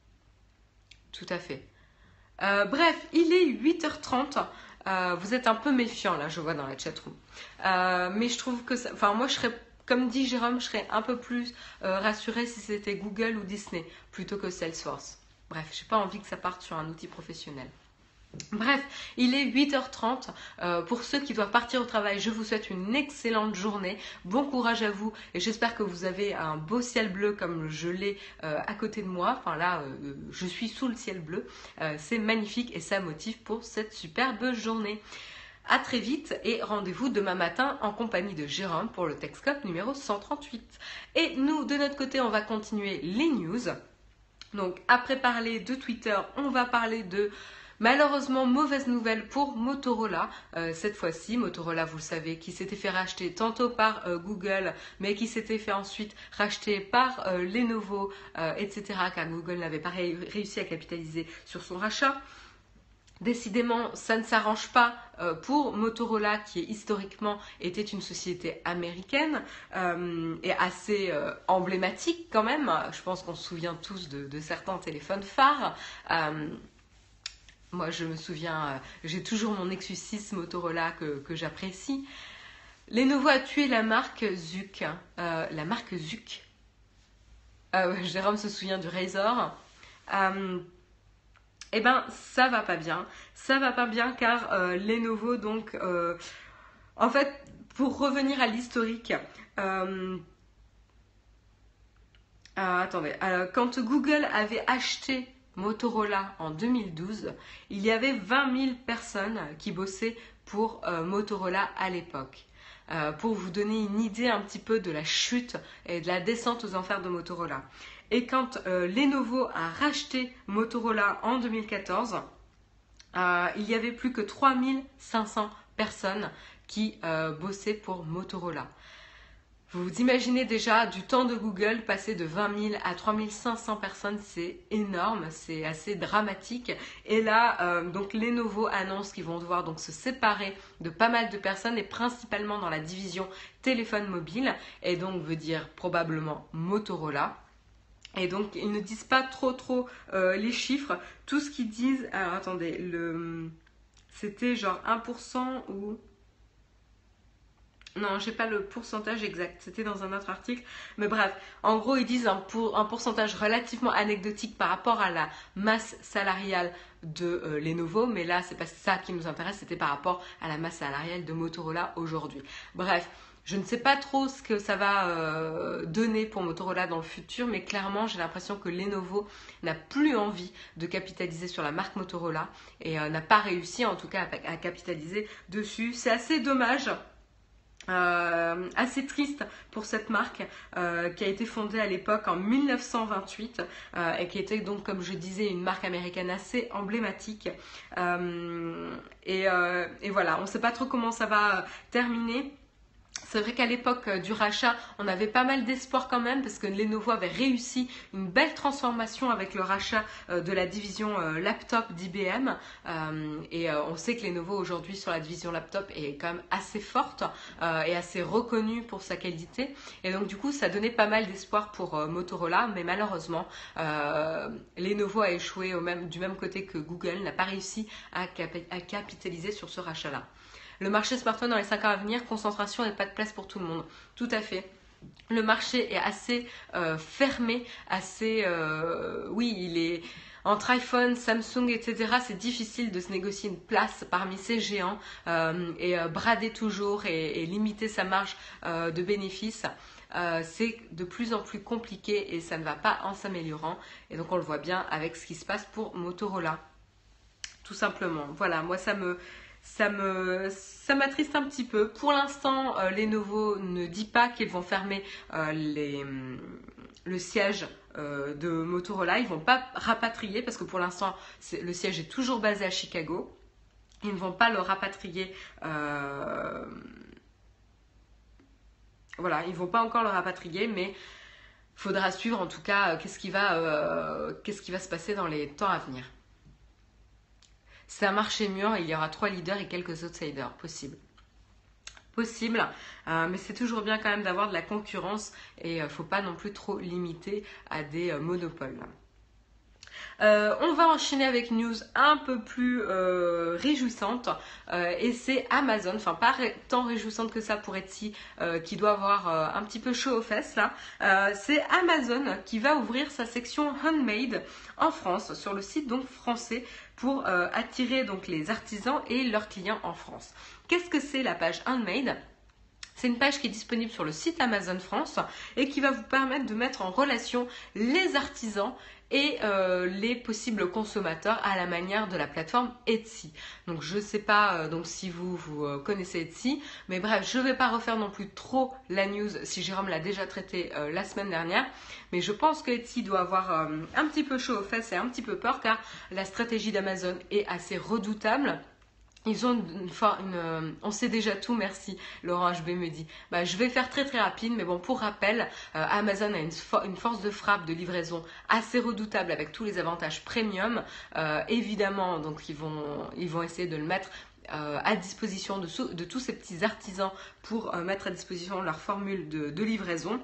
A: Tout à fait. Euh, bref, il est huit heures trente. Euh, vous êtes un peu méfiant là, je vois dans la chatroom. Euh, mais je trouve que ça. Enfin, moi, je serais. Comme dit Jérôme, je serais un peu plus euh, rassurée si c'était Google ou Disney plutôt que Salesforce. Bref, j'ai pas envie que ça parte sur un outil professionnel. Bref, il est huit heures trente. Euh, pour ceux qui doivent partir au travail, je vous souhaite une excellente journée. Bon courage à vous et j'espère que vous avez un beau ciel bleu comme je l'ai euh, à côté de moi. Enfin là, euh, je suis sous le ciel bleu. Euh, c'est magnifique et ça motive pour cette superbe journée. À très vite et rendez-vous demain matin en compagnie de Jérôme pour le Techscope numéro cent trente-huit. Et nous, de notre côté, on va continuer les news. Donc, après parler de Twitter, on va parler de malheureusement mauvaise nouvelle pour Motorola. Euh, cette fois-ci, Motorola, vous le savez, qui s'était fait racheter tantôt par euh, Google, mais qui s'était fait ensuite racheter par euh, Lenovo, euh, et cetera, car Google n'avait pas ré réussi à capitaliser sur son rachat. Décidément, ça ne s'arrange pas euh, pour Motorola, qui historiquement était une société américaine euh, et assez euh, emblématique quand même. Je pense qu'on se souvient tous de, de certains téléphones phares. Euh, moi, je me souviens, euh, j'ai toujours mon Nexus six Motorola que, que j'apprécie. Lenovo a tué la marque Zuc. Euh, la marque Zuc. Euh, Jérôme se souvient du Razor. Euh, Eh ben, ça va pas bien. Ça va pas bien car euh, Lenovo, donc, euh, en fait, pour revenir à l'historique, euh, euh, attendez, euh, quand Google avait acheté Motorola en deux mille douze, il y avait vingt mille personnes qui bossaient pour euh, Motorola à l'époque. Euh, pour vous donner une idée un petit peu de la chute et de la descente aux enfers de Motorola. Et quand euh, Lenovo a racheté Motorola en deux mille quatorze, euh, il y avait plus que trois mille cinq cents personnes qui euh, bossaient pour Motorola. Vous vous imaginez déjà du temps de Google passer de vingt mille à trois mille cinq cents personnes, c'est énorme, c'est assez dramatique. Et là, euh, donc Lenovo annonce qu'ils vont devoir donc se séparer de pas mal de personnes et principalement dans la division téléphone mobile et donc veut dire probablement Motorola. Et donc ils ne disent pas trop trop euh, les chiffres. Tout ce qu'ils disent, alors attendez, le, c'était genre un pour cent ou... Non, je n'ai pas le pourcentage exact, c'était dans un autre article. Mais bref, en gros, ils disent un, pour, un pourcentage relativement anecdotique par rapport à la masse salariale de euh, Lenovo. Mais là, c'est pas ça qui nous intéresse, c'était par rapport à la masse salariale de Motorola aujourd'hui. Bref, je ne sais pas trop ce que ça va euh, donner pour Motorola dans le futur, mais clairement, j'ai l'impression que Lenovo n'a plus envie de capitaliser sur la marque Motorola et euh, n'a pas réussi en tout cas à, à capitaliser dessus. C'est assez dommage. Euh, assez triste pour cette marque euh, qui a été fondée à l'époque en mille neuf cent vingt-huit euh, et qui était donc, comme je disais, une marque américaine assez emblématique. Euh, et, euh, et voilà, on ne sait pas trop comment ça va terminer. C'est vrai qu'à l'époque du rachat, on avait pas mal d'espoir quand même parce que Lenovo avait réussi une belle transformation avec le rachat de la division laptop d'I B M. Et on sait que Lenovo aujourd'hui sur la division laptop est quand même assez forte et assez reconnue pour sa qualité. Et donc du coup, ça donnait pas mal d'espoir pour Motorola, mais malheureusement, euh, Lenovo a échoué au même, du même côté que Google, n'a pas réussi à, cap à capitaliser sur ce rachat-là. Le marché smartphone dans les cinq ans à venir, concentration et pas de place pour tout le monde. Tout à fait. Le marché est assez euh, fermé, assez... Euh, oui, il est... Entre iPhone, Samsung, et cetera, c'est difficile de se négocier une place parmi ces géants euh, et euh, brader toujours et, et limiter sa marge euh, de bénéfice. Euh, c'est de plus en plus compliqué et ça ne va pas en s'améliorant. Et donc on le voit bien avec ce qui se passe pour Motorola. Tout simplement. Voilà, moi ça me... Ça me, ça m'attriste un petit peu. Pour l'instant, euh, Lenovo ne dit pas qu'ils vont fermer euh, les, le siège euh, de Motorola. Ils ne vont pas rapatrier parce que pour l'instant, le siège est toujours basé à Chicago. Ils ne vont pas le rapatrier euh, Voilà, ils ne vont pas encore le rapatrier, mais il faudra suivre en tout cas euh, qu'est-ce qui va, euh, qu'est-ce qui va se passer dans les temps à venir. C'est un marché mûr, il y aura trois leaders et quelques outsiders, possible. Possible, euh, mais c'est toujours bien quand même d'avoir de la concurrence et il euh, ne faut pas non plus trop limiter à des euh, monopoles. Euh, on va enchaîner avec une news un peu plus euh, réjouissante euh, et c'est Amazon, enfin pas ré tant réjouissante que ça pour Etsy euh, qui doit avoir euh, un petit peu chaud aux fesses là. Euh, c'est Amazon qui va ouvrir sa section handmade en France sur le site donc français pour euh, attirer donc les artisans et leurs clients en France. Qu'est-ce que c'est la page handmade ? C'est une page qui est disponible sur le site Amazon France et qui va vous permettre de mettre en relation les artisans et euh, les possibles consommateurs à la manière de la plateforme Etsy. Donc je ne sais pas euh, donc si vous, vous euh, connaissez Etsy, mais bref, je ne vais pas refaire non plus trop la news si Jérôme l'a déjà traité euh, la semaine dernière, mais je pense que Etsy doit avoir euh, un petit peu chaud aux fesses et un petit peu peur car la stratégie d'Amazon est assez redoutable. Ils ont une, une, une, on sait déjà tout, merci. Laurent H B me dit, bah, je vais faire très très rapide, mais bon, pour rappel, euh, Amazon a une, une force de frappe de livraison assez redoutable avec tous les avantages premium. Euh, évidemment, donc ils vont, ils vont essayer de le mettre euh, à disposition de, de tous ces petits artisans pour euh, mettre à disposition leur formule de, de livraison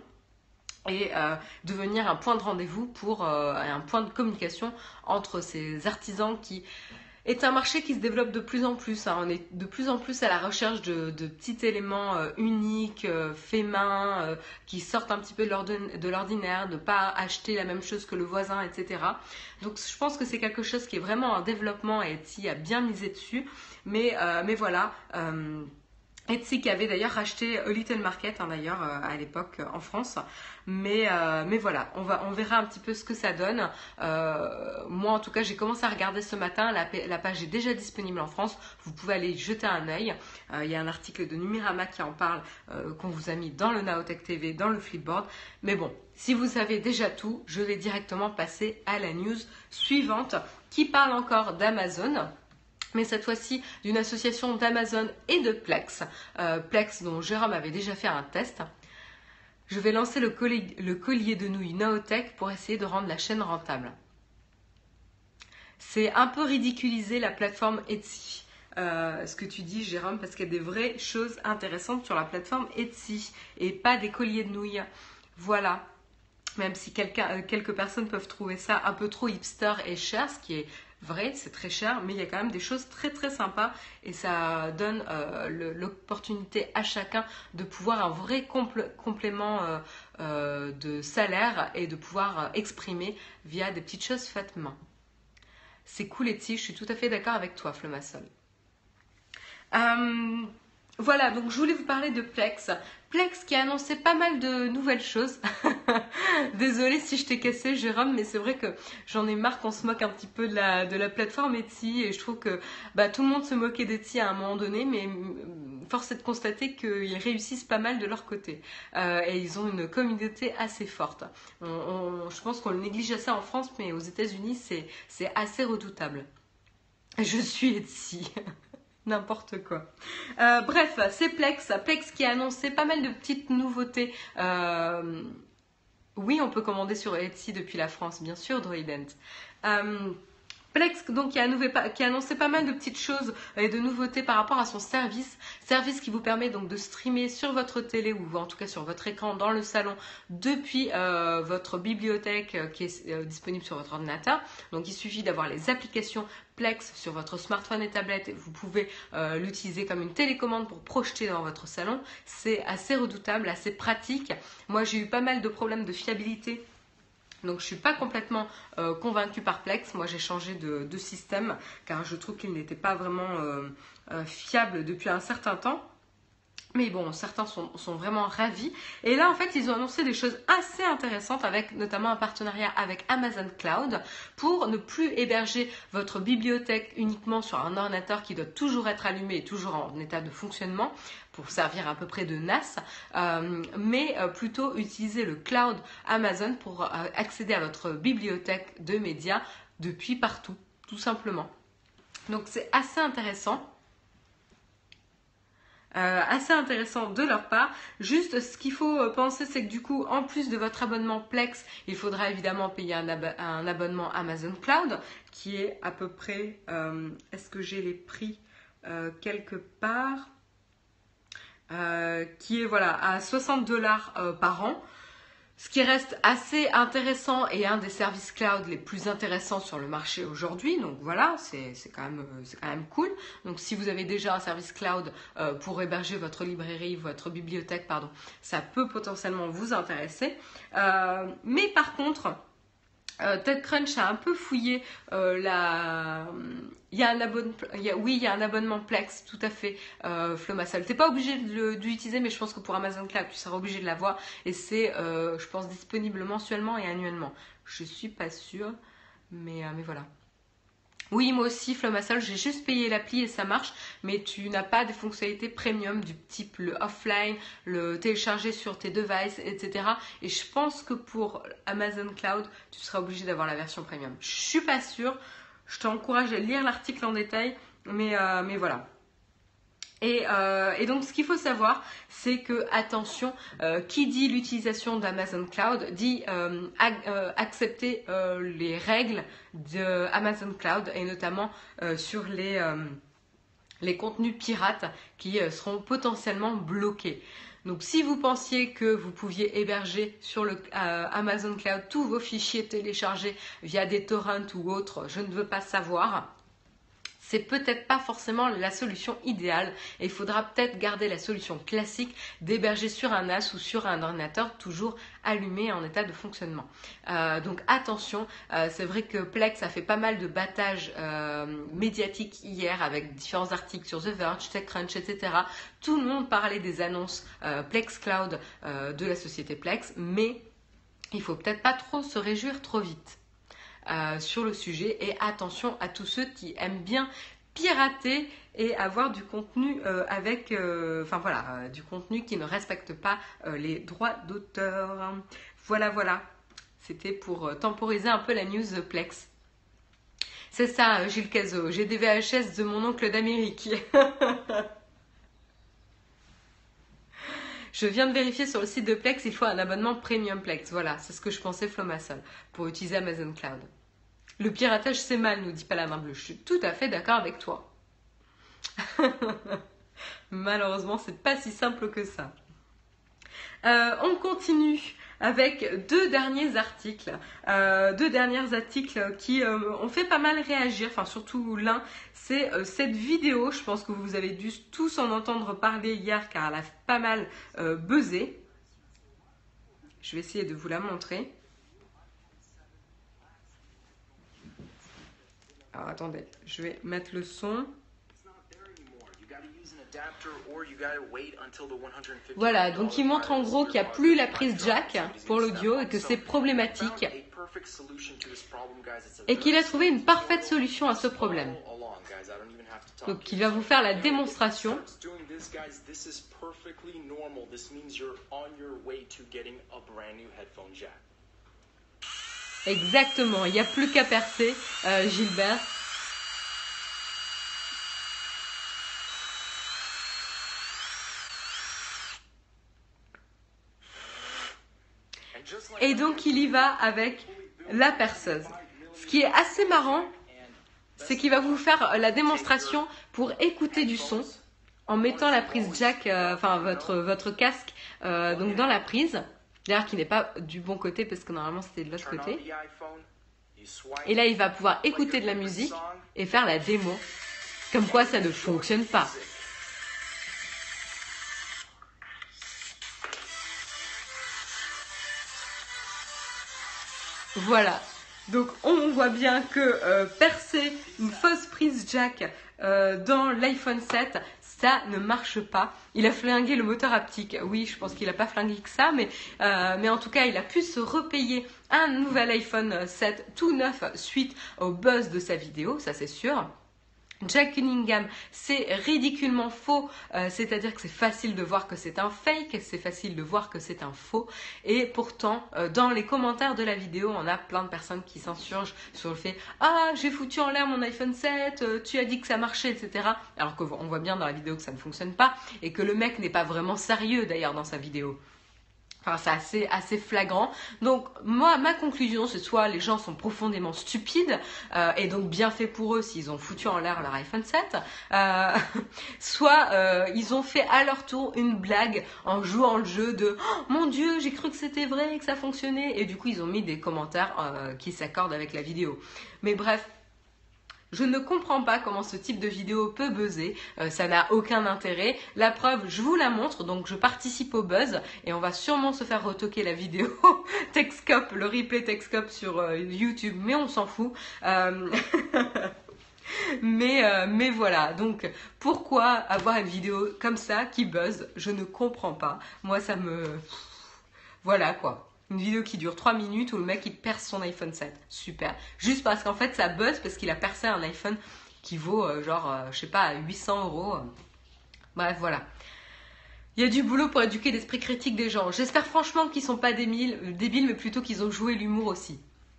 A: et euh, devenir un point de rendez-vous pour euh, un point de communication entre ces artisans qui est un marché qui se développe de plus en plus. Hein. On est de plus en plus à la recherche de, de petits éléments euh, uniques, euh, faits main, euh, qui sortent un petit peu de l'ordinaire, de ne pas acheter la même chose que le voisin, et cetera. Donc je pense que c'est quelque chose qui est vraiment en développement et Etsy a bien misé dessus. Mais, euh, mais voilà. Euh, Etsy qui avait d'ailleurs racheté A Little Market hein, d'ailleurs euh, à l'époque euh, en France, mais, euh, mais voilà, on, va, on verra un petit peu ce que ça donne. Euh, moi en tout cas j'ai commencé à regarder ce matin, la, la page est déjà disponible en France, vous pouvez aller y jeter un œil. Euh, il y a un article de Numirama qui en parle, euh, qu'on vous a mis dans le Naotech T V, dans le Flipboard, mais bon, si vous savez déjà tout, je vais directement passer à la news suivante qui parle encore d'Amazon. Mais cette fois-ci d'une association d'Amazon et de Plex, euh, Plex dont Jérôme avait déjà fait un test. Je vais lancer le collier, le collier de nouilles Naotech pour essayer de rendre la chaîne rentable. C'est un peu ridiculiser la plateforme Etsy, euh, ce que tu dis Jérôme, parce qu'il y a des vraies choses intéressantes sur la plateforme Etsy et pas des colliers de nouilles. Voilà. Même si quelqu'un, quelques personnes peuvent trouver ça un peu trop hipster et cher, ce qui est vrai, c'est très cher, mais il y a quand même des choses très très sympas et ça donne euh, l'opportunité à chacun de pouvoir un vrai compl complément euh, euh, de salaire et de pouvoir euh, exprimer via des petites choses faites main. C'est cool Etsy, je suis tout à fait d'accord avec toi Flomassol. Euh, voilà, donc je voulais vous parler de Plex. Plex qui a annoncé pas mal de nouvelles choses. Désolée si je t'ai cassé Jérôme, mais c'est vrai que j'en ai marre qu'on se moque un petit peu de la, de la plateforme Etsy et je trouve que bah, tout le monde se moquait d'Etsy à un moment donné, mais force est de constater qu'ils réussissent pas mal de leur côté euh, et ils ont une communauté assez forte. On, on, je pense qu'on le néglige assez en France, mais aux États-Unis c'est assez redoutable. Je suis Etsy. N'importe quoi. Euh, bref, c'est Plex. Plex qui a annoncé pas mal de petites nouveautés. Euh, oui, on peut commander sur Etsy depuis la France, bien sûr, Droident. Euh, Plex donc qui a, qui a annoncé pas mal de petites choses et de nouveautés par rapport à son service. Service qui vous permet donc de streamer sur votre télé ou en tout cas sur votre écran dans le salon depuis euh, votre bibliothèque euh, qui est euh, disponible sur votre ordinateur. Donc il suffit d'avoir les applications Plex sur votre smartphone et tablette et vous pouvez euh, l'utiliser comme une télécommande pour projeter dans votre salon. C'est assez redoutable, assez pratique. Moi j'ai eu pas mal de problèmes de fiabilité. Donc je ne suis pas complètement euh, convaincue par Plex. Moi j'ai changé de, de système car je trouve qu'il n'était pas vraiment euh, euh, fiable depuis un certain temps. Mais bon, certains sont, sont vraiment ravis. Et là, en fait, ils ont annoncé des choses assez intéressantes avec notamment un partenariat avec Amazon Cloud pour ne plus héberger votre bibliothèque uniquement sur un ordinateur qui doit toujours être allumé et toujours en état de fonctionnement pour servir à peu près de N A S, euh, mais euh, plutôt utiliser le cloud Amazon pour euh, accéder à votre bibliothèque de médias depuis partout, tout simplement. Donc, c'est assez intéressant. Euh, assez intéressant de leur part. Juste ce qu'il faut penser, c'est que du coup, en plus de votre abonnement Plex, il faudra évidemment payer un, ab un abonnement Amazon Cloud qui est à peu près, euh, est-ce que j'ai les prix euh, quelque part, euh, qui est voilà à soixante dollars euh, par an. Ce qui reste assez intéressant et un des services cloud les plus intéressants sur le marché aujourd'hui. Donc voilà, c'est quand, quand même cool. Donc si vous avez déjà un service cloud euh, pour héberger votre librairie, votre bibliothèque, pardon, ça peut potentiellement vous intéresser. Euh, mais par contre, euh, TechCrunch a un peu fouillé euh, la... Il y a un abonnement, il y a, oui, il y a un abonnement Plex, tout à fait, euh, Flomassol. Tu n'es pas obligé de l'utiliser, mais je pense que pour Amazon Cloud, tu seras obligé de l'avoir. Et c'est, euh, je pense, disponible mensuellement et annuellement. Je suis pas sûre, mais, euh, mais voilà. Oui, moi aussi, Flomassol, j'ai juste payé l'appli et ça marche, mais tu n'as pas des fonctionnalités premium du type le offline, le télécharger sur tes devices, et cetera. Et je pense que pour Amazon Cloud, tu seras obligé d'avoir la version premium. Je suis pas sûre. Je t'encourage à lire l'article en détail, mais, euh, mais voilà. Et, euh, et donc, ce qu'il faut savoir, c'est que, attention, euh, qui dit l'utilisation d'Amazon Cloud dit euh, ag euh, accepter euh, les règles de Amazon Cloud et notamment euh, sur les, euh, les contenus pirates qui euh, seront potentiellement bloqués. Donc, si vous pensiez que vous pouviez héberger sur le euh, Amazon Cloud tous vos fichiers téléchargés via des torrents ou autres, je ne veux pas savoir. C'est peut-être pas forcément la solution idéale et il faudra peut-être garder la solution classique d'héberger sur un N A S ou sur un ordinateur toujours allumé en état de fonctionnement. Euh, donc attention, euh, c'est vrai que Plex a fait pas mal de battages euh, médiatiques hier avec différents articles sur The Verge, TechCrunch, et cetera. Tout le monde parlait des annonces euh, Plex Cloud euh, de la société Plex, mais il faut peut-être pas trop se réjouir trop vite. Euh, sur le sujet et attention à tous ceux qui aiment bien pirater et avoir du contenu euh, avec, euh, enfin voilà, euh, du contenu qui ne respecte pas euh, les droits d'auteur. Voilà, voilà. C'était pour euh, temporiser un peu la news Plex. C'est ça, Gilles Cazot. J'ai des V H S de mon oncle d'Amérique. Je viens de vérifier sur le site de Plex, il faut un abonnement Premium Plex. Voilà, c'est ce que je pensais Flomassol pour utiliser Amazon Cloud. Le piratage, c'est mal, nous dit Paladin Bleu. Je suis tout à fait d'accord avec toi. Malheureusement, c'est pas si simple que ça. Euh, on continue avec deux derniers articles, euh, deux derniers articles qui euh, ont fait pas mal réagir, enfin surtout l'un, c'est euh, cette vidéo, je pense que vous avez dû tous en entendre parler hier car elle a pas mal euh, buzzé. Je vais essayer de vous la montrer. Alors attendez, je vais mettre le son. Voilà, donc il montre en gros qu'il n'y a plus la prise jack pour l'audio et que c'est problématique et qu'il a trouvé une parfaite solution à ce problème. Donc il va vous faire la démonstration. Exactement, il n'y a plus qu'à percer, euh, Gilbert. Et donc il y va avec la perceuse. Ce qui est assez marrant, c'est qu'il va vous faire la démonstration pour écouter du son en mettant la prise jack, euh, enfin votre, votre casque euh, donc dans la prise. D'ailleurs qui n'est pas du bon côté parce que normalement c'était de l'autre côté. Et là il va pouvoir écouter de la musique et faire la démo. Comme quoi ça ne fonctionne pas. Voilà, donc on voit bien que euh, percer une fausse prise jack euh, dans l'iPhone sept, ça ne marche pas. Il a flingué le moteur haptique. Oui, je pense qu'il n'a pas flingué que ça, mais, euh, mais en tout cas, il a pu se repayer un nouvel iPhone sept tout neuf suite au buzz de sa vidéo, ça c'est sûr. Jack Cunningham, c'est ridiculement faux, euh, c'est-à-dire que c'est facile de voir que c'est un fake, c'est facile de voir que c'est un faux, et pourtant, euh, dans les commentaires de la vidéo, on a plein de personnes qui s'insurgent sur le fait « Ah, j'ai foutu en l'air mon iPhone sept, euh, tu as dit que ça marchait, et cetera » Alors qu'on voit bien dans la vidéo que ça ne fonctionne pas, et que le mec n'est pas vraiment sérieux d'ailleurs dans sa vidéo. Enfin, c'est assez, assez flagrant. Donc, moi, ma conclusion, c'est soit les gens sont profondément stupides, euh, et donc bien fait pour eux s'ils ont foutu en l'air leur iPhone sept, euh, soit euh, ils ont fait à leur tour une blague en jouant le jeu de oh, « Mon Dieu, j'ai cru que c'était vrai, que ça fonctionnait », et du coup, ils ont mis des commentaires euh, qui s'accordent avec la vidéo. Mais bref, je ne comprends pas comment ce type de vidéo peut buzzer, euh, ça n'a aucun intérêt. La preuve, je vous la montre, donc je participe au buzz et on va sûrement se faire retoquer la vidéo Techscope, le replay Techscope sur euh, YouTube, mais on s'en fout. Euh... mais, euh, mais voilà, donc pourquoi avoir une vidéo comme ça qui buzz? Je ne comprends pas. Moi, ça me... Voilà quoi. Une vidéo qui dure trois minutes où le mec il perce son iPhone sept. Super. Juste parce qu'en fait ça buzz parce qu'il a percé un iPhone qui vaut euh, genre, euh, je sais pas, huit cents euros. Bref, voilà. Il y a du boulot pour éduquer l'esprit critique des gens. J'espère franchement qu'ils sont pas débiles, débiles, mais plutôt qu'ils ont joué l'humour aussi.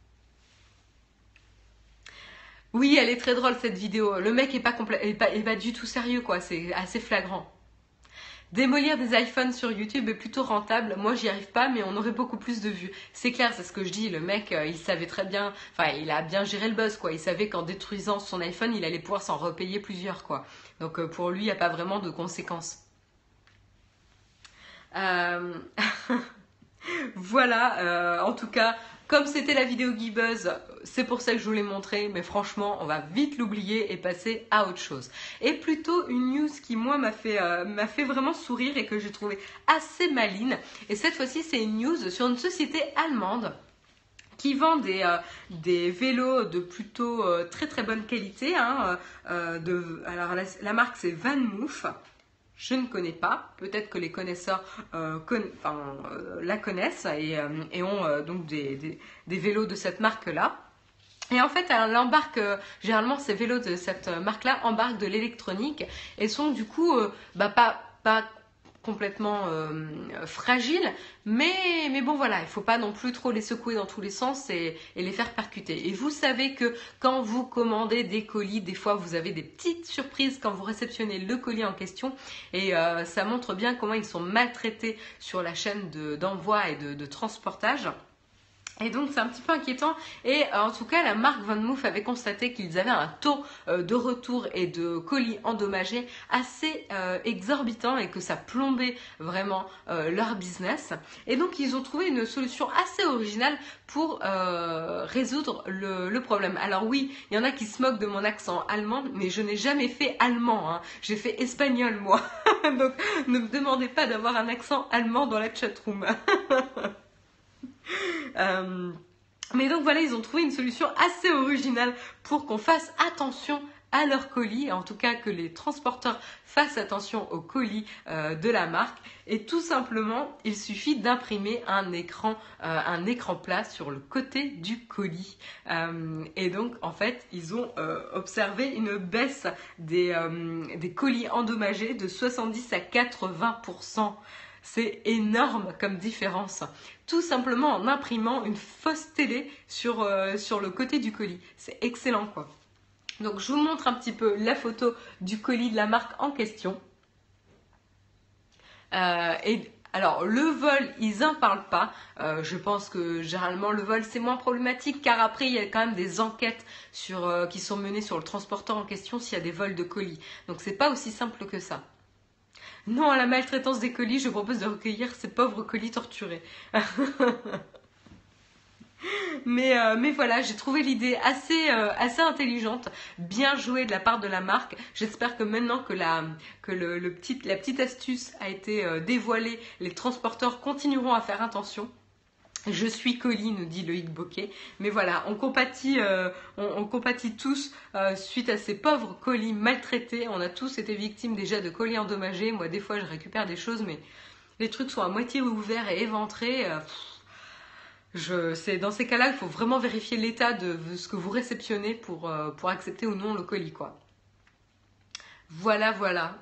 A: Oui, elle est très drôle cette vidéo. Le mec est pas, est pas, est pas du tout sérieux quoi. C'est assez flagrant. Démolir des iPhones sur YouTube est plutôt rentable. Moi, j'y arrive pas, mais on aurait beaucoup plus de vues. C'est clair, c'est ce que je dis. Le mec, euh, il savait très bien, enfin, il a bien géré le buzz, quoi. Il savait qu'en détruisant son iPhone, il allait pouvoir s'en repayer plusieurs, quoi. Donc, euh, pour lui, il n'y a pas vraiment de conséquences. Euh... voilà, euh, en tout cas, comme c'était la vidéo Guy Buzz, c'est pour ça que je vous l'ai montré, mais franchement, on va vite l'oublier et passer à autre chose. Et plutôt une news qui, moi, m'a fait, euh, m'a fait vraiment sourire et que j'ai trouvé assez maligne. Et cette fois-ci, c'est une news sur une société allemande qui vend des, euh, des vélos de plutôt euh, très très bonne qualité. Hein, euh, de, alors la, la marque, c'est Van Moof. Je ne connais pas, peut-être que les connaisseurs euh, con enfin, euh, la connaissent et, euh, et ont euh, donc des, des, des vélos de cette marque-là. Et en fait, elle embarque, euh, généralement ces vélos de cette marque-là embarquent de l'électronique et sont du coup euh, bah, pas, pas complètement euh, fragiles, mais, mais bon voilà, il ne faut pas non plus trop les secouer dans tous les sens et, et les faire percuter. Et vous savez que quand vous commandez des colis, des fois vous avez des petites surprises quand vous réceptionnez le colis en question et euh, ça montre bien comment ils sont maltraités sur la chaîne d'envoi et de, de transportage. Et donc c'est un petit peu inquiétant et euh, en tout cas la marque Van Moof avait constaté qu'ils avaient un taux euh, de retour et de colis endommagés assez euh, exorbitant et que ça plombait vraiment euh, leur business. Et donc ils ont trouvé une solution assez originale pour euh, résoudre le, le problème. Alors oui, il y en a qui se moquent de mon accent allemand, mais je n'ai jamais fait allemand, hein. J'ai fait espagnol moi. Donc ne me demandez pas d'avoir un accent allemand dans la chatroom. Euh, mais donc voilà, ils ont trouvé une solution assez originale pour qu'on fasse attention à leurs colis, en tout cas que les transporteurs fassent attention aux colis euh, de la marque. Et tout simplement, il suffit d'imprimer un écran, euh, un écran plat sur le côté du colis. Euh, et donc, en fait, ils ont euh, observé une baisse des, euh, des colis endommagés de soixante-dix à quatre-vingts pour cent. C'est énorme comme différence. Tout simplement en imprimant une fausse télé sur, euh, sur le côté du colis. C'est excellent quoi. Donc je vous montre un petit peu la photo du colis de la marque en question. Euh, et alors le vol, ils n'en parlent pas. Euh, je pense que généralement le vol c'est moins problématique car après il y a quand même des enquêtes sur, euh, qui sont menées sur le transporteur en question s'il y a des vols de colis. Donc c'est pas aussi simple que ça. Non à la maltraitance des colis, je propose de recueillir ces pauvres colis torturés. mais, euh, mais voilà, j'ai trouvé l'idée assez, euh, assez intelligente, bien jouée de la part de la marque. J'espère que maintenant que, la, que le, le petit, la petite astuce a été euh, dévoilée, les transporteurs continueront à faire attention. Je suis colis, nous dit Loïc Bocquet. Mais voilà, on compatit, euh, on, on compatit tous euh, suite à ces pauvres colis maltraités. On a tous été victimes déjà de colis endommagés. Moi, des fois, je récupère des choses, mais les trucs sont à moitié ouverts et éventrés. Euh, je, c'est, dans ces cas-là, il faut vraiment vérifier l'état de ce que vous réceptionnez pour, euh, pour accepter ou non le colis, quoi. Voilà, voilà.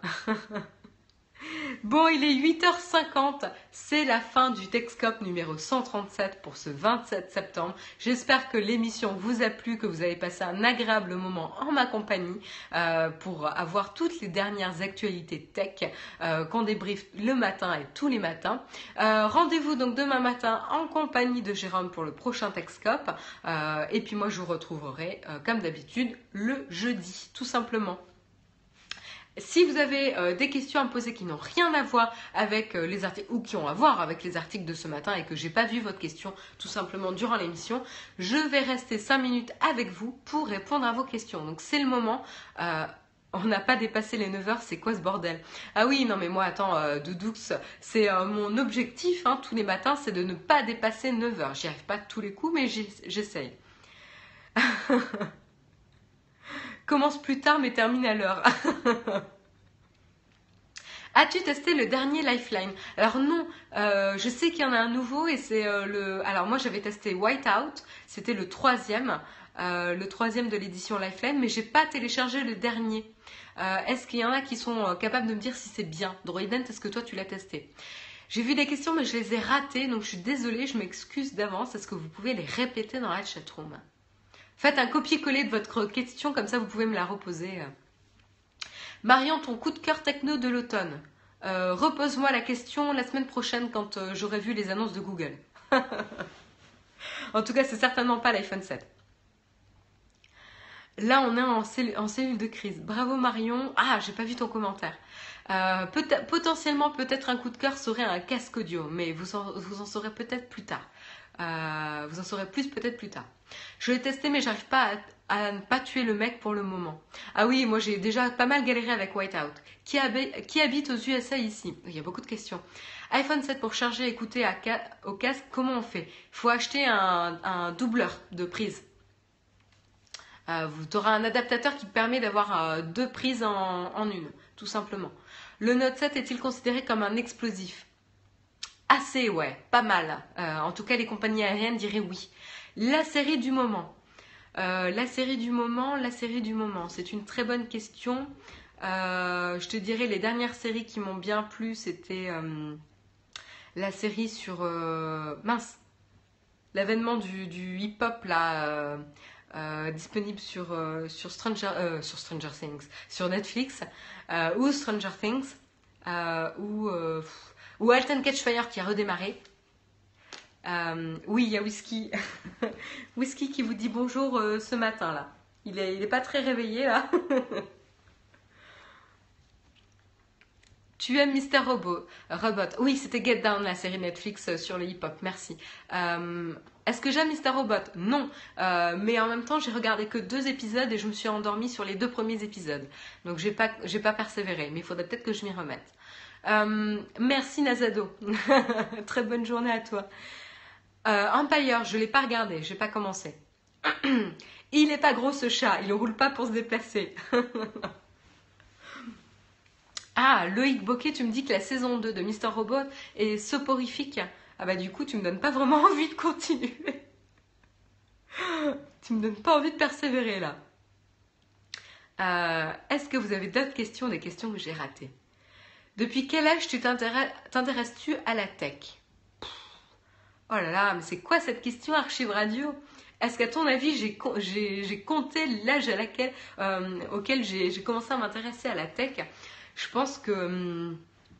A: Bon, il est huit heures cinquante, c'est la fin du Techscope numéro cent trente-sept pour ce vingt-sept septembre. J'espère que l'émission vous a plu, que vous avez passé un agréable moment en ma compagnie euh, pour avoir toutes les dernières actualités tech euh, qu'on débriefe le matin et tous les matins. Euh, Rendez-vous donc demain matin en compagnie de Jérôme pour le prochain Techscope. Euh, et puis moi, je vous retrouverai euh, comme d'habitude le jeudi, tout simplement. Si vous avez euh, des questions à me poser qui n'ont rien à voir avec euh, les articles ou qui ont à voir avec les articles de ce matin et que j'ai pas vu votre question tout simplement durant l'émission, je vais rester cinq minutes avec vous pour répondre à vos questions. Donc c'est le moment. Euh, on n'a pas dépassé les neuf heures, c'est quoi ce bordel? Ah oui, non mais moi attends, euh, Doudoux, c'est euh, mon objectif hein, tous les matins, c'est de ne pas dépasser neuf heures. J'y arrive pas tous les coups, mais j'essaye. Commence plus tard mais termine à l'heure. As-tu testé le dernier Lifeline? Alors non, euh, je sais qu'il y en a un nouveau et c'est euh, le... Alors moi j'avais testé Whiteout, c'était le troisième, euh, le troisième de l'édition Lifeline, mais j'ai pas téléchargé le dernier. Euh, Est-ce qu'il y en a qui sont euh, capables de me dire si c'est bien? Droident, est-ce que toi tu l'as testé? J'ai vu des questions mais je les ai ratées, donc je suis désolée, je m'excuse d'avance. Est-ce que vous pouvez les répéter dans la chatroom? Faites un copier-coller de votre question, comme ça vous pouvez me la reposer. Marion, ton coup de cœur techno de l'automne. Euh, repose-moi la question la semaine prochaine quand euh, j'aurai vu les annonces de Google. En tout cas, c'est certainement pas l'iPhone sept. Là, on est en, cellu en cellule de crise. Bravo Marion. Ah, j'ai pas vu ton commentaire. Euh, peut potentiellement, peut-être un coup de cœur serait un casque audio, mais vous en, vous en saurez peut-être plus tard. Euh, vous en saurez plus peut-être plus tard. Je l'ai testé, mais j'arrive pas à, à ne pas tuer le mec pour le moment. Ah oui, moi j'ai déjà pas mal galéré avec Whiteout. Qui, qui habite aux U S A ici? Il y a beaucoup de questions. iPhone sept pour charger et écouter à ca au casque, comment on fait? Il faut acheter un, un doubleur de prise. Euh, tu auras un adaptateur qui permet d'avoir euh, deux prises en, en une, tout simplement. Le Note sept est-il considéré comme un explosif? Assez, ouais, pas mal. Euh, en tout cas, les compagnies aériennes diraient oui. La série du moment. Euh, la série du moment, la série du moment. C'est une très bonne question. Euh, je te dirais, les dernières séries qui m'ont bien plu, c'était euh, la série sur... Euh, mince. L'avènement du, du hip-hop, là... Euh, Euh, disponible sur, euh, sur, Stranger, euh, sur Stranger Things, sur Netflix, euh, ou Stranger Things, euh, ou, euh, ou Halt Catch Fire qui a redémarré. Euh, oui, il y a Whisky. Whisky qui vous dit bonjour euh, ce matin là. Il est, il est pas très réveillé là. Tu aimes Mister Robot, Robot. Oui, c'était Get Down, la série Netflix sur le hip-hop. Merci. Euh, Est-ce que j'aime Mister Robot? Non. Euh, mais en même temps, j'ai regardé que deux épisodes et je me suis endormie sur les deux premiers épisodes. Donc, j'ai pas, j'ai pas persévéré. Mais il faudrait peut-être que je m'y remette. Euh, merci Nazado. Très bonne journée à toi. Euh, Empire, je l'ai pas regardé. J'ai pas commencé. Il est pas gros ce chat. Il ne roule pas pour se déplacer. Ah, Loïc Bocquet, tu me dis que la saison deux de Mister Robot est soporifique. Ah bah du coup, tu me donnes pas vraiment envie de continuer. Tu me donnes pas envie de persévérer là. Euh, Est-ce que vous avez d'autres questions, des questions que j'ai ratées? Depuis quel âge tu t'intéresses-tu à la tech? Oh là là, mais c'est quoi cette question Archive Radio? Est-ce qu'à ton avis, j'ai compté l'âge à laquelle, euh, auquel j'ai commencé à m'intéresser à la tech? Je pense que hum,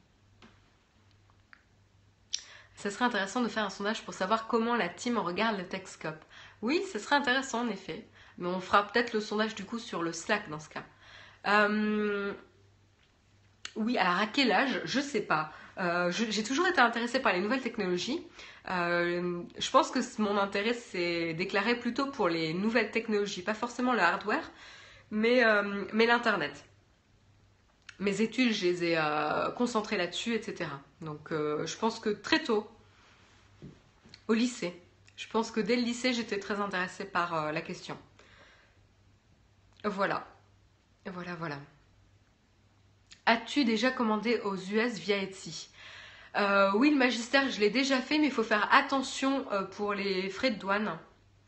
A: ça serait intéressant de faire un sondage pour savoir comment la team regarde le Techscope. Oui, ce serait intéressant en effet. Mais on fera peut-être le sondage du coup sur le Slack dans ce cas. Euh, oui, alors à quel âge? Je sais pas. Euh, J'ai toujours été intéressée par les nouvelles technologies. Euh, je pense que mon intérêt s'est déclaré plutôt pour les nouvelles technologies, pas forcément le hardware, mais, euh, mais l'Internet. Mes études, je les ai euh, concentrées là-dessus, et cetera. Donc, euh, je pense que très tôt, au lycée, je pense que dès le lycée, j'étais très intéressée par euh, la question. Voilà. Voilà, voilà. As-tu déjà commandé aux U S via Etsy? euh, Oui, le magistère, je l'ai déjà fait, mais il faut faire attention euh, pour les frais de douane.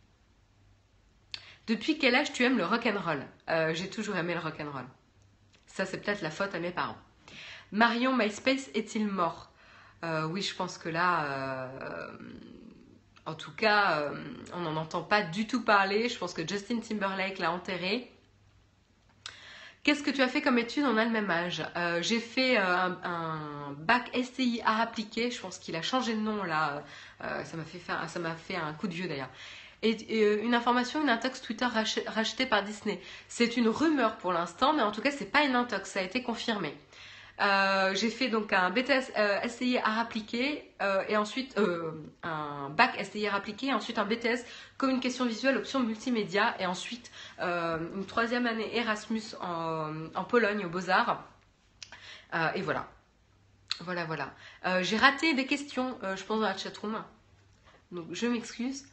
A: Depuis quel âge tu aimes le rock'n'roll? euh, J'ai toujours aimé le rock'n'roll. Ça, c'est peut-être la faute à mes parents. Marion, MySpace est-il mort? euh, Oui, je pense que là, euh, en tout cas, euh, on n'en entend pas du tout parler. Je pense que Justin Timberlake l'a enterré. Qu'est-ce que tu as fait comme étude? On a le même âge. Euh, j'ai fait euh, un, un bac S T I art appliqué. Je pense qu'il a changé de nom là. Euh, ça m'a fait, faire, ça m'a fait un coup de vieux d'ailleurs. Et, et euh, une information, une intox Twitter rach, rachetée par Disney. C'est une rumeur pour l'instant, mais en tout cas, c'est pas une intox. Ça a été confirmé. Euh, j'ai fait donc un B T S euh, S T I art appliqué euh, et ensuite euh, un bac S T I art appliqué et ensuite un B T S communication visuelle option multimédia et ensuite euh, une troisième année Erasmus en, en Pologne aux Beaux-Arts euh, et voilà voilà voilà euh, j'ai raté des questions euh, je pense dans la chatroom, donc je m'excuse.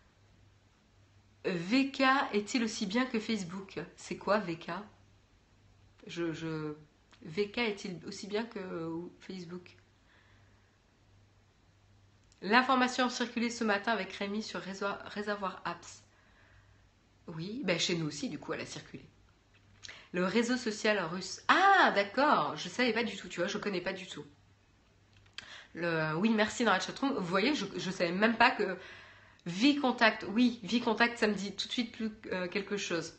A: V K est-il aussi bien que Facebook? C'est quoi V K? je, je... V K est-il aussi bien que Facebook? L'information a circulé ce matin avec Rémi sur Réservoir Apps. Oui, ben chez nous aussi, du coup, elle a circulé. Le réseau social russe. Ah, d'accord, je ne savais pas du tout, tu vois, je ne connais pas du tout. Le... Oui, merci dans la chatroom. Vous voyez, je ne savais même pas que Vie Contact, oui, Vie Contact, ça me dit tout de suite plus euh, quelque chose.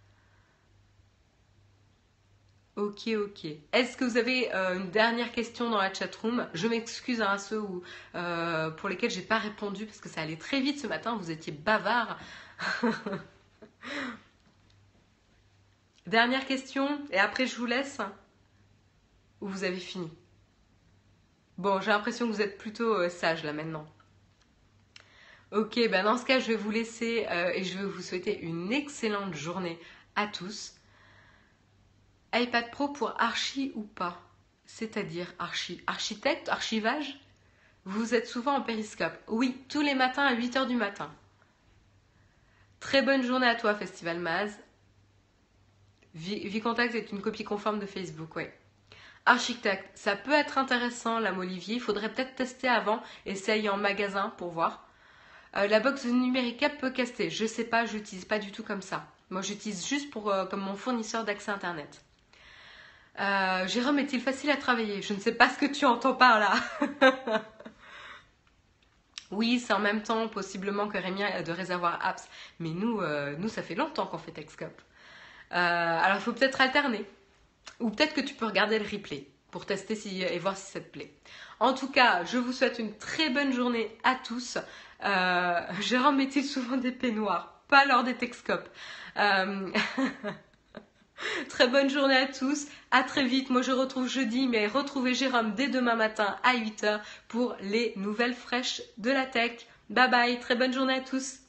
A: Ok, ok. Est-ce que vous avez euh, une dernière question dans la chatroom? Je m'excuse hein, à ceux où, euh, pour lesquels j'ai pas répondu parce que ça allait très vite ce matin, vous étiez bavards. Dernière question et après je vous laisse. Ou vous avez fini? Bon, j'ai l'impression que vous êtes plutôt euh, sage là maintenant. Ok, ben dans ce cas je vais vous laisser euh, et je vais vous souhaiter une excellente journée à tous. iPad Pro pour archi ou pas? C'est-à-dire archi, architecte, archivage? Vous êtes souvent en périscope? Oui, tous les matins à huit heures du matin. Très bonne journée à toi, Festival Maz. Vicontact est une copie conforme de Facebook, oui. Architecte, ça peut être intéressant, l'âme Olivier. Il faudrait peut-être tester avant, essayer en magasin pour voir. Euh, la box numérique peut caster. Je sais pas, je l'utilise pas du tout comme ça. Moi, j'utilise juste pour, euh, comme mon fournisseur d'accès Internet. Euh, Jérôme, est-il facile à travailler? Je ne sais pas ce que tu entends par là. Oui, c'est en même temps possiblement que Rémi a de Réservoir Apps. Mais nous, euh, nous ça fait longtemps qu'on fait Texcope. Euh, alors, il faut peut-être alterner. Ou peut-être que tu peux regarder le replay pour tester si, et voir si ça te plaît. En tout cas, je vous souhaite une très bonne journée à tous. Euh, Jérôme met-il souvent des peignoirs? Pas lors des Texcopes. Euh... Très bonne journée à tous, à très vite. Moi je retrouve jeudi, mais retrouvez Jérôme dès demain matin à huit heures pour les nouvelles fraîches de la tech. Bye bye, très bonne journée à tous.